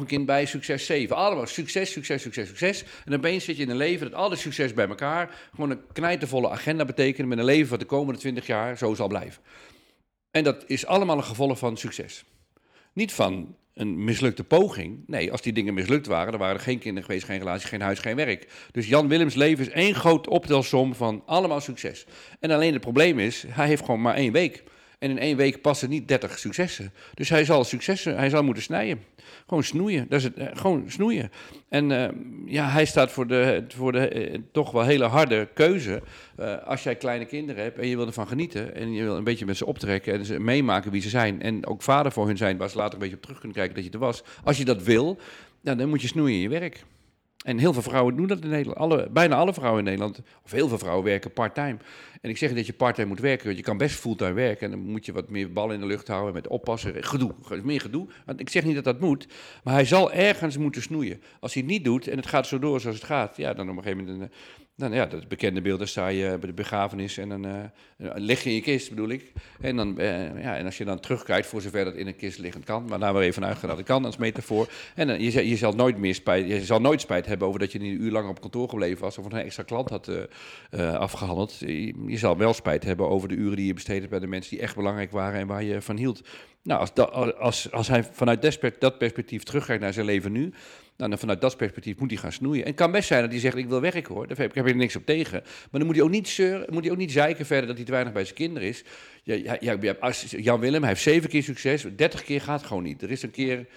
een kind bij, succes 7. Allemaal succes, succes, succes, succes. En opeens zit je in een leven dat al het succes bij elkaar gewoon een knijtervolle agenda betekent met een leven wat de komende 20 jaar zo zal blijven. En dat is allemaal een gevolg van succes. Niet van een mislukte poging. Nee, als die dingen mislukt waren, dan waren er geen kinderen geweest, geen relatie, geen huis, geen werk. Dus Jan Willems leven is één groot optelsom van allemaal succes. En alleen het probleem is, hij heeft gewoon maar 1 week. En in 1 week passen niet 30 successen. Dus hij zal moeten snijden. Gewoon snoeien. Dat is het, gewoon snoeien. En hij staat voor de toch wel hele harde keuze. Als jij kleine kinderen hebt en je wil ervan genieten en je wil een beetje met ze optrekken en ze meemaken wie ze zijn en ook vader voor hun zijn, waar ze later een beetje op terug kunnen kijken dat je er was. Als je dat wil, dan moet je snoeien in je werk. En heel veel vrouwen doen dat in Nederland. Bijna alle vrouwen in Nederland, of heel veel vrouwen werken part-time. En ik zeg niet dat je part-time moet werken, want je kan best fulltime werken. En dan moet je wat meer ballen in de lucht houden met oppassen. Meer gedoe. Want ik zeg niet dat dat moet, maar hij zal ergens moeten snoeien. Als hij het niet doet en het gaat zo door zoals het gaat, ja, dan op een gegeven moment... dat bekende beeld, dan sta je bij de begrafenis en dan lig je in je kist, bedoel ik. En, en als je dan terugkijkt, voor zover dat in een kist liggend kan, maar daar we even uitgaan dat het kan als metafoor. En je zal nooit spijt hebben over dat je niet 1 uur lang op kantoor gebleven was of een extra klant had afgehandeld. Je zal wel spijt hebben over de uren die je besteed hebt bij de mensen die echt belangrijk waren en waar je van hield. Nou, als hij vanuit dat perspectief terugkijkt naar zijn leven nu, dan vanuit dat perspectief moet hij gaan snoeien. En het kan best zijn dat hij zegt, ik wil werken hoor, daar heb ik er niks op tegen. Maar dan moet hij ook niet zeuren, moet hij ook niet zeiken verder dat hij te weinig bij zijn kinderen is. Als Jan Willem, hij heeft 7 keer succes, 30 keer gaat het gewoon niet. Er is een keer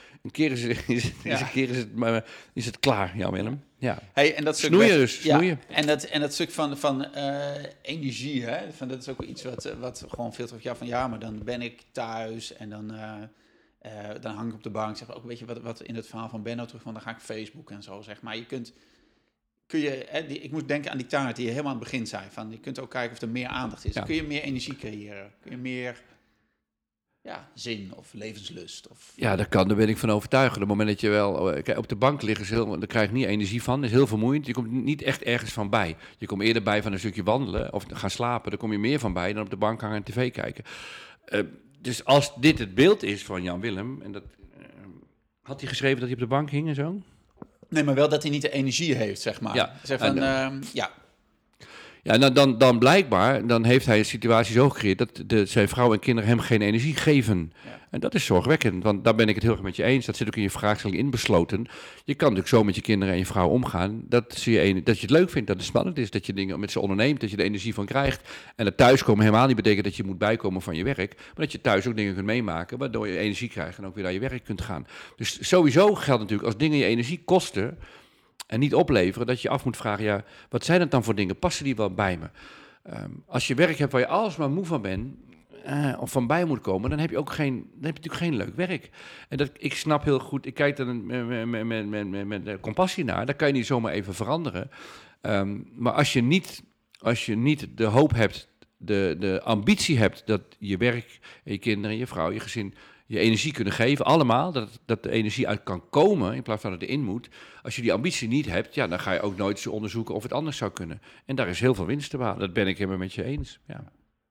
is het klaar, Jan Willem. Ja. Hey, en dat stuk snoeien. En dat stuk van energie, hè? Dat is ook iets wat gewoon veel terug, maar dan ben ik thuis en dan hang ik op de bank. Zeg ook, weet je wat in het verhaal van Benno terug van, dan ga ik Facebook en zo, zeg maar. Ik moet denken aan die taart die je helemaal aan het begin zei. Van, je kunt ook kijken of er meer aandacht is. Ja. Kun je meer energie creëren? Kun je meer zin of levenslust? Ja, dat kan. Daar ben ik van overtuigd. Op het moment dat je wel op de bank ligt, daar krijg je niet energie van. Dat is heel vermoeiend. Je komt niet echt ergens van bij. Je komt eerder bij van een stukje wandelen of gaan slapen. Daar kom je meer van bij dan op de bank hangen en tv kijken. Dus als dit het beeld is van Jan Willem, en dat had hij geschreven dat hij op de bank hing en zo? Nee, maar wel dat hij niet de energie heeft, zeg maar. Ja. Zeg van, Ja, nou dan blijkbaar, dan heeft hij een situatie zo gecreëerd dat zijn vrouw en kinderen hem geen energie geven. Ja. En dat is zorgwekkend, want daar ben ik het heel erg met je eens. Dat zit ook in je vraagstelling inbesloten. Je kan natuurlijk zo met je kinderen en je vrouw omgaan dat je het leuk vindt, dat het spannend is, dat je dingen met ze onderneemt, dat je er energie van krijgt. En dat thuiskomen helemaal niet betekent dat je moet bijkomen van je werk, maar dat je thuis ook dingen kunt meemaken, waardoor je energie krijgt en ook weer naar je werk kunt gaan. Dus sowieso geldt natuurlijk, als dingen je energie kosten en niet opleveren, dat je af moet vragen, wat zijn het dan voor dingen? Passen die wel bij me? Als je werk hebt waar je alsmaar moe van bent, of van bij moet komen, dan heb je natuurlijk geen leuk werk. En ik snap heel goed, ik kijk er met compassie naar, dat kan je niet zomaar even veranderen. Maar als je niet de hoop hebt, de ambitie hebt dat je werk, je kinderen, je vrouw, je gezin je energie kunnen geven, allemaal, dat de energie uit kan komen in plaats van dat het erin moet. Als je die ambitie niet hebt, dan ga je ook nooit zo onderzoeken of het anders zou kunnen. En daar is heel veel winst te behalen. Dat ben ik helemaal met je eens. Ja.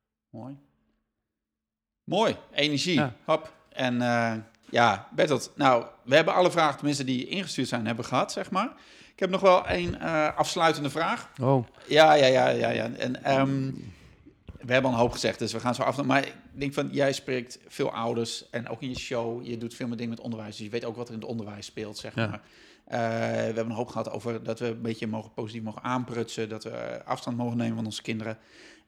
Mooi, energie. Ja. Hop. En Bertolt, nou, we hebben alle vragen, tenminste die ingestuurd zijn, hebben gehad, zeg maar. Ik heb nog wel een afsluitende vraag. Oh. Ja. En we hebben al een hoop gezegd, dus we gaan zo af. Maar ik denk van, jij spreekt veel ouders en ook in je show. Je doet veel meer dingen met onderwijs, dus je weet ook wat er in het onderwijs speelt, zeg maar. We hebben een hoop gehad over dat we een beetje positief mogen aanprutsen, dat we afstand mogen nemen van onze kinderen.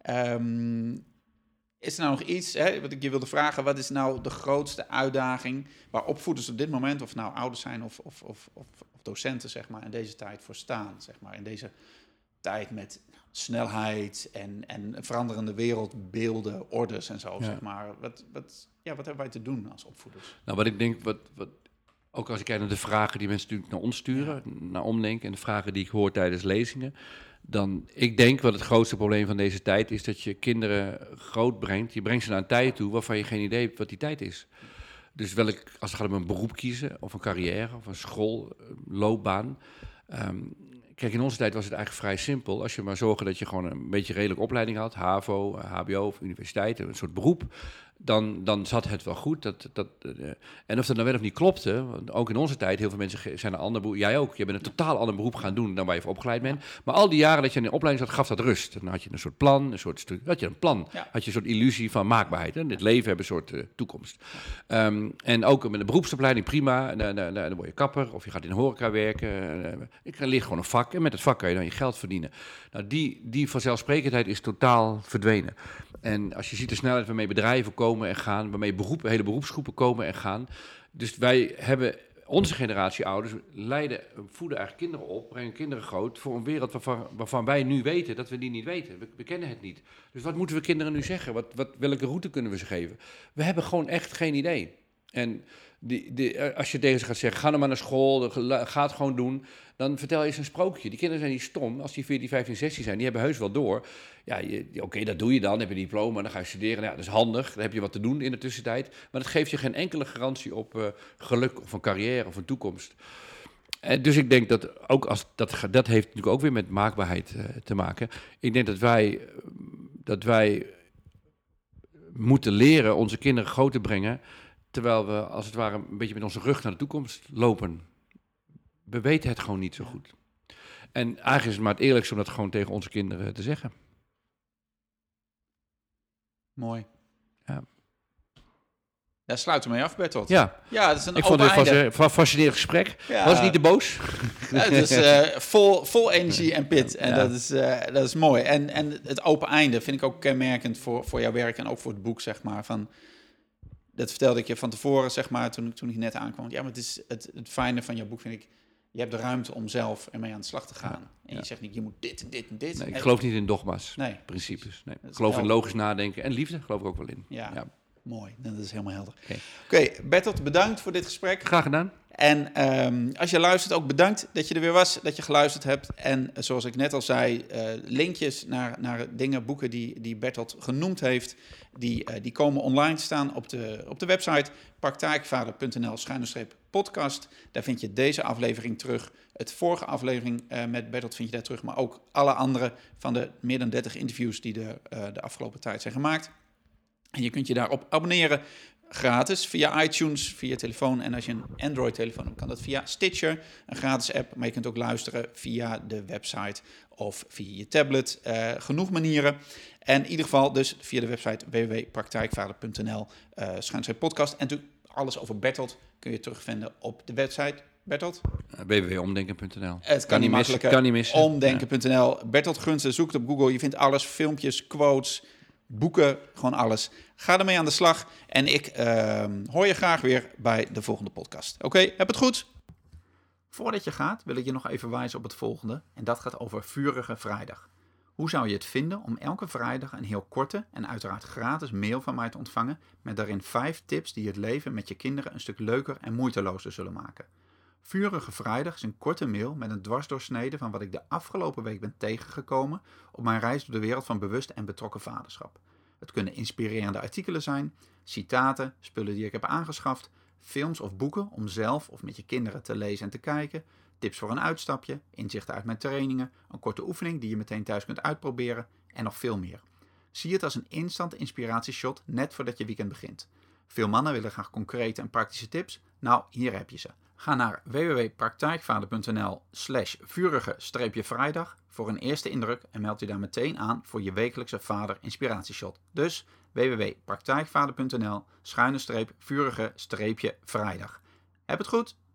Is er nou nog iets, wat ik je wilde vragen, wat is nou de grootste uitdaging waar opvoeders op dit moment, of nou ouders zijn of docenten, zeg maar, in deze tijd voor staan, zeg maar, in deze tijd met snelheid en veranderende wereldbeelden, orders en zo, zeg maar. Wat hebben wij te doen als opvoeders? Nou, wat ik denk, ook als ik kijk naar de vragen die mensen natuurlijk naar ons sturen, naar omdenken, en de vragen die ik hoor tijdens lezingen, dan, ik denk wat het grootste probleem van deze tijd is dat je kinderen groot brengt. Je brengt ze naar een tijd toe waarvan je geen idee hebt wat die tijd is. Dus als het gaat om een beroep kiezen, of een carrière, of een schoolloopbaan. Kijk, in onze tijd was het eigenlijk vrij simpel. Als je maar zorgde dat je gewoon een beetje redelijke opleiding had, HAVO, HBO of universiteit, een soort beroep. dan zat het wel goed. En of dat nou wel of niet klopte, want ook in onze tijd, heel veel mensen zijn een ander beroep. Jij ook, je bent een totaal ander beroep gaan doen dan waar je voor opgeleid bent. Maar al die jaren dat je in de opleiding zat, gaf dat rust. Dan had je een soort plan, had je een soort illusie van maakbaarheid. Hè? Dit leven hebben een soort toekomst. En ook met een beroepsopleiding, prima. Dan word je kapper of je gaat in de horeca werken. Ik leer gewoon een vak en met het vak kan je dan je geld verdienen. Nou, die vanzelfsprekendheid is totaal verdwenen. En als je ziet de snelheid waarmee bedrijven komen en gaan, waarmee hele beroepsgroepen komen en gaan. Dus wij hebben, onze generatie ouders, voeden eigenlijk kinderen op, brengen kinderen groot voor een wereld waarvan wij nu weten dat we die niet weten. We kennen het niet. Dus wat moeten we kinderen nu zeggen? Welke route kunnen we ze geven? We hebben gewoon echt geen idee. En als je tegen ze gaat zeggen, ga nou maar naar school, ga het gewoon doen, dan vertel je ze een sprookje. Die kinderen zijn niet stom. Als die 14, 15, 16 zijn, die hebben heus wel door. Ja, oké, dat doe je dan, heb je een diploma, dan ga je studeren. Ja, dat is handig, dan heb je wat te doen in de tussentijd. Maar dat geeft je geen enkele garantie op geluk of een carrière of een toekomst. Dus ik denk dat ook dat heeft natuurlijk ook weer met maakbaarheid te maken. Ik denk dat wij moeten leren onze kinderen groot te brengen, terwijl we als het ware een beetje met onze rug naar de toekomst lopen. We weten het gewoon niet zo goed. En eigenlijk is het maar het eerlijkste om dat gewoon tegen onze kinderen te zeggen. Mooi. Ja. Daar sluiten we mee af, Bertolt. Ja, dat is een ik vond open het einde. een fascinerend gesprek. Ja. Was het niet te boos? Ja, het is vol energie en pit. En dat is mooi. En het open einde vind ik ook kenmerkend voor jouw werk en ook voor het boek, zeg maar. Dat vertelde ik je van tevoren, zeg maar, toen ik net aankwam. Ja, maar het is het fijne van jouw boek, vind ik. Je hebt de ruimte om zelf ermee aan de slag te gaan. En je zegt niet, je moet dit en dit en dit. Nee, ik geloof niet in dogma's, principes. Nee. Ik geloof in logisch nadenken en liefde, geloof ik ook wel in. Ja. Mooi. Dat is helemaal helder. Oké, Bertolt, bedankt voor dit gesprek. Graag gedaan. En als je luistert, ook bedankt dat je er weer was, dat je geluisterd hebt. En zoals ik net al zei, linkjes naar dingen, boeken die Bertolt genoemd heeft, die komen online te staan op de website praktijkvader.nl/podcast. Daar vind je deze aflevering terug. Het vorige aflevering met Bertolt vind je daar terug, maar ook alle andere van de meer dan 30 interviews die de afgelopen tijd zijn gemaakt. En je kunt je daarop abonneren, gratis, via iTunes, via telefoon. En als je een Android-telefoon hebt, kan dat via Stitcher, een gratis app. Maar je kunt ook luisteren via de website of via je tablet. Genoeg manieren. En in ieder geval dus via de website www.praktijkvader.nl/podcast. En natuurlijk alles over Bertolt kun je terugvinden op de website. Bertolt? www.omdenken.nl. Het kan niet makkelijker. Kan niet missen. Omdenken.nl. Bertolt Gunsten, zoek het op Google. Je vindt alles, filmpjes, quotes, boeken, gewoon alles. Ga ermee aan de slag. En ik hoor je graag weer bij de volgende podcast. Oké, heb het goed? Voordat je gaat, wil ik je nog even wijzen op het volgende. En dat gaat over Vurige Vrijdag. Hoe zou je het vinden om elke vrijdag een heel korte en uiteraard gratis mail van mij te ontvangen met daarin 5 tips die het leven met je kinderen een stuk leuker en moeitelozer zullen maken? Vurige Vrijdag is een korte mail met een dwarsdoorsnede van wat ik de afgelopen week ben tegengekomen op mijn reis door de wereld van bewust en betrokken vaderschap. Het kunnen inspirerende artikelen zijn, citaten, spullen die ik heb aangeschaft, films of boeken om zelf of met je kinderen te lezen en te kijken, tips voor een uitstapje, inzichten uit mijn trainingen, een korte oefening die je meteen thuis kunt uitproberen en nog veel meer. Zie het als een instant inspiratieshot net voordat je weekend begint. Veel mannen willen graag concrete en praktische tips. Nou, hier heb je ze. Ga naar www.praktijkvader.nl/vurige-vrijdag voor een eerste indruk en meld je daar meteen aan voor je wekelijkse vader inspiratieshot. Dus www.praktijkvader.nl/vurige-vrijdag. Heb het goed?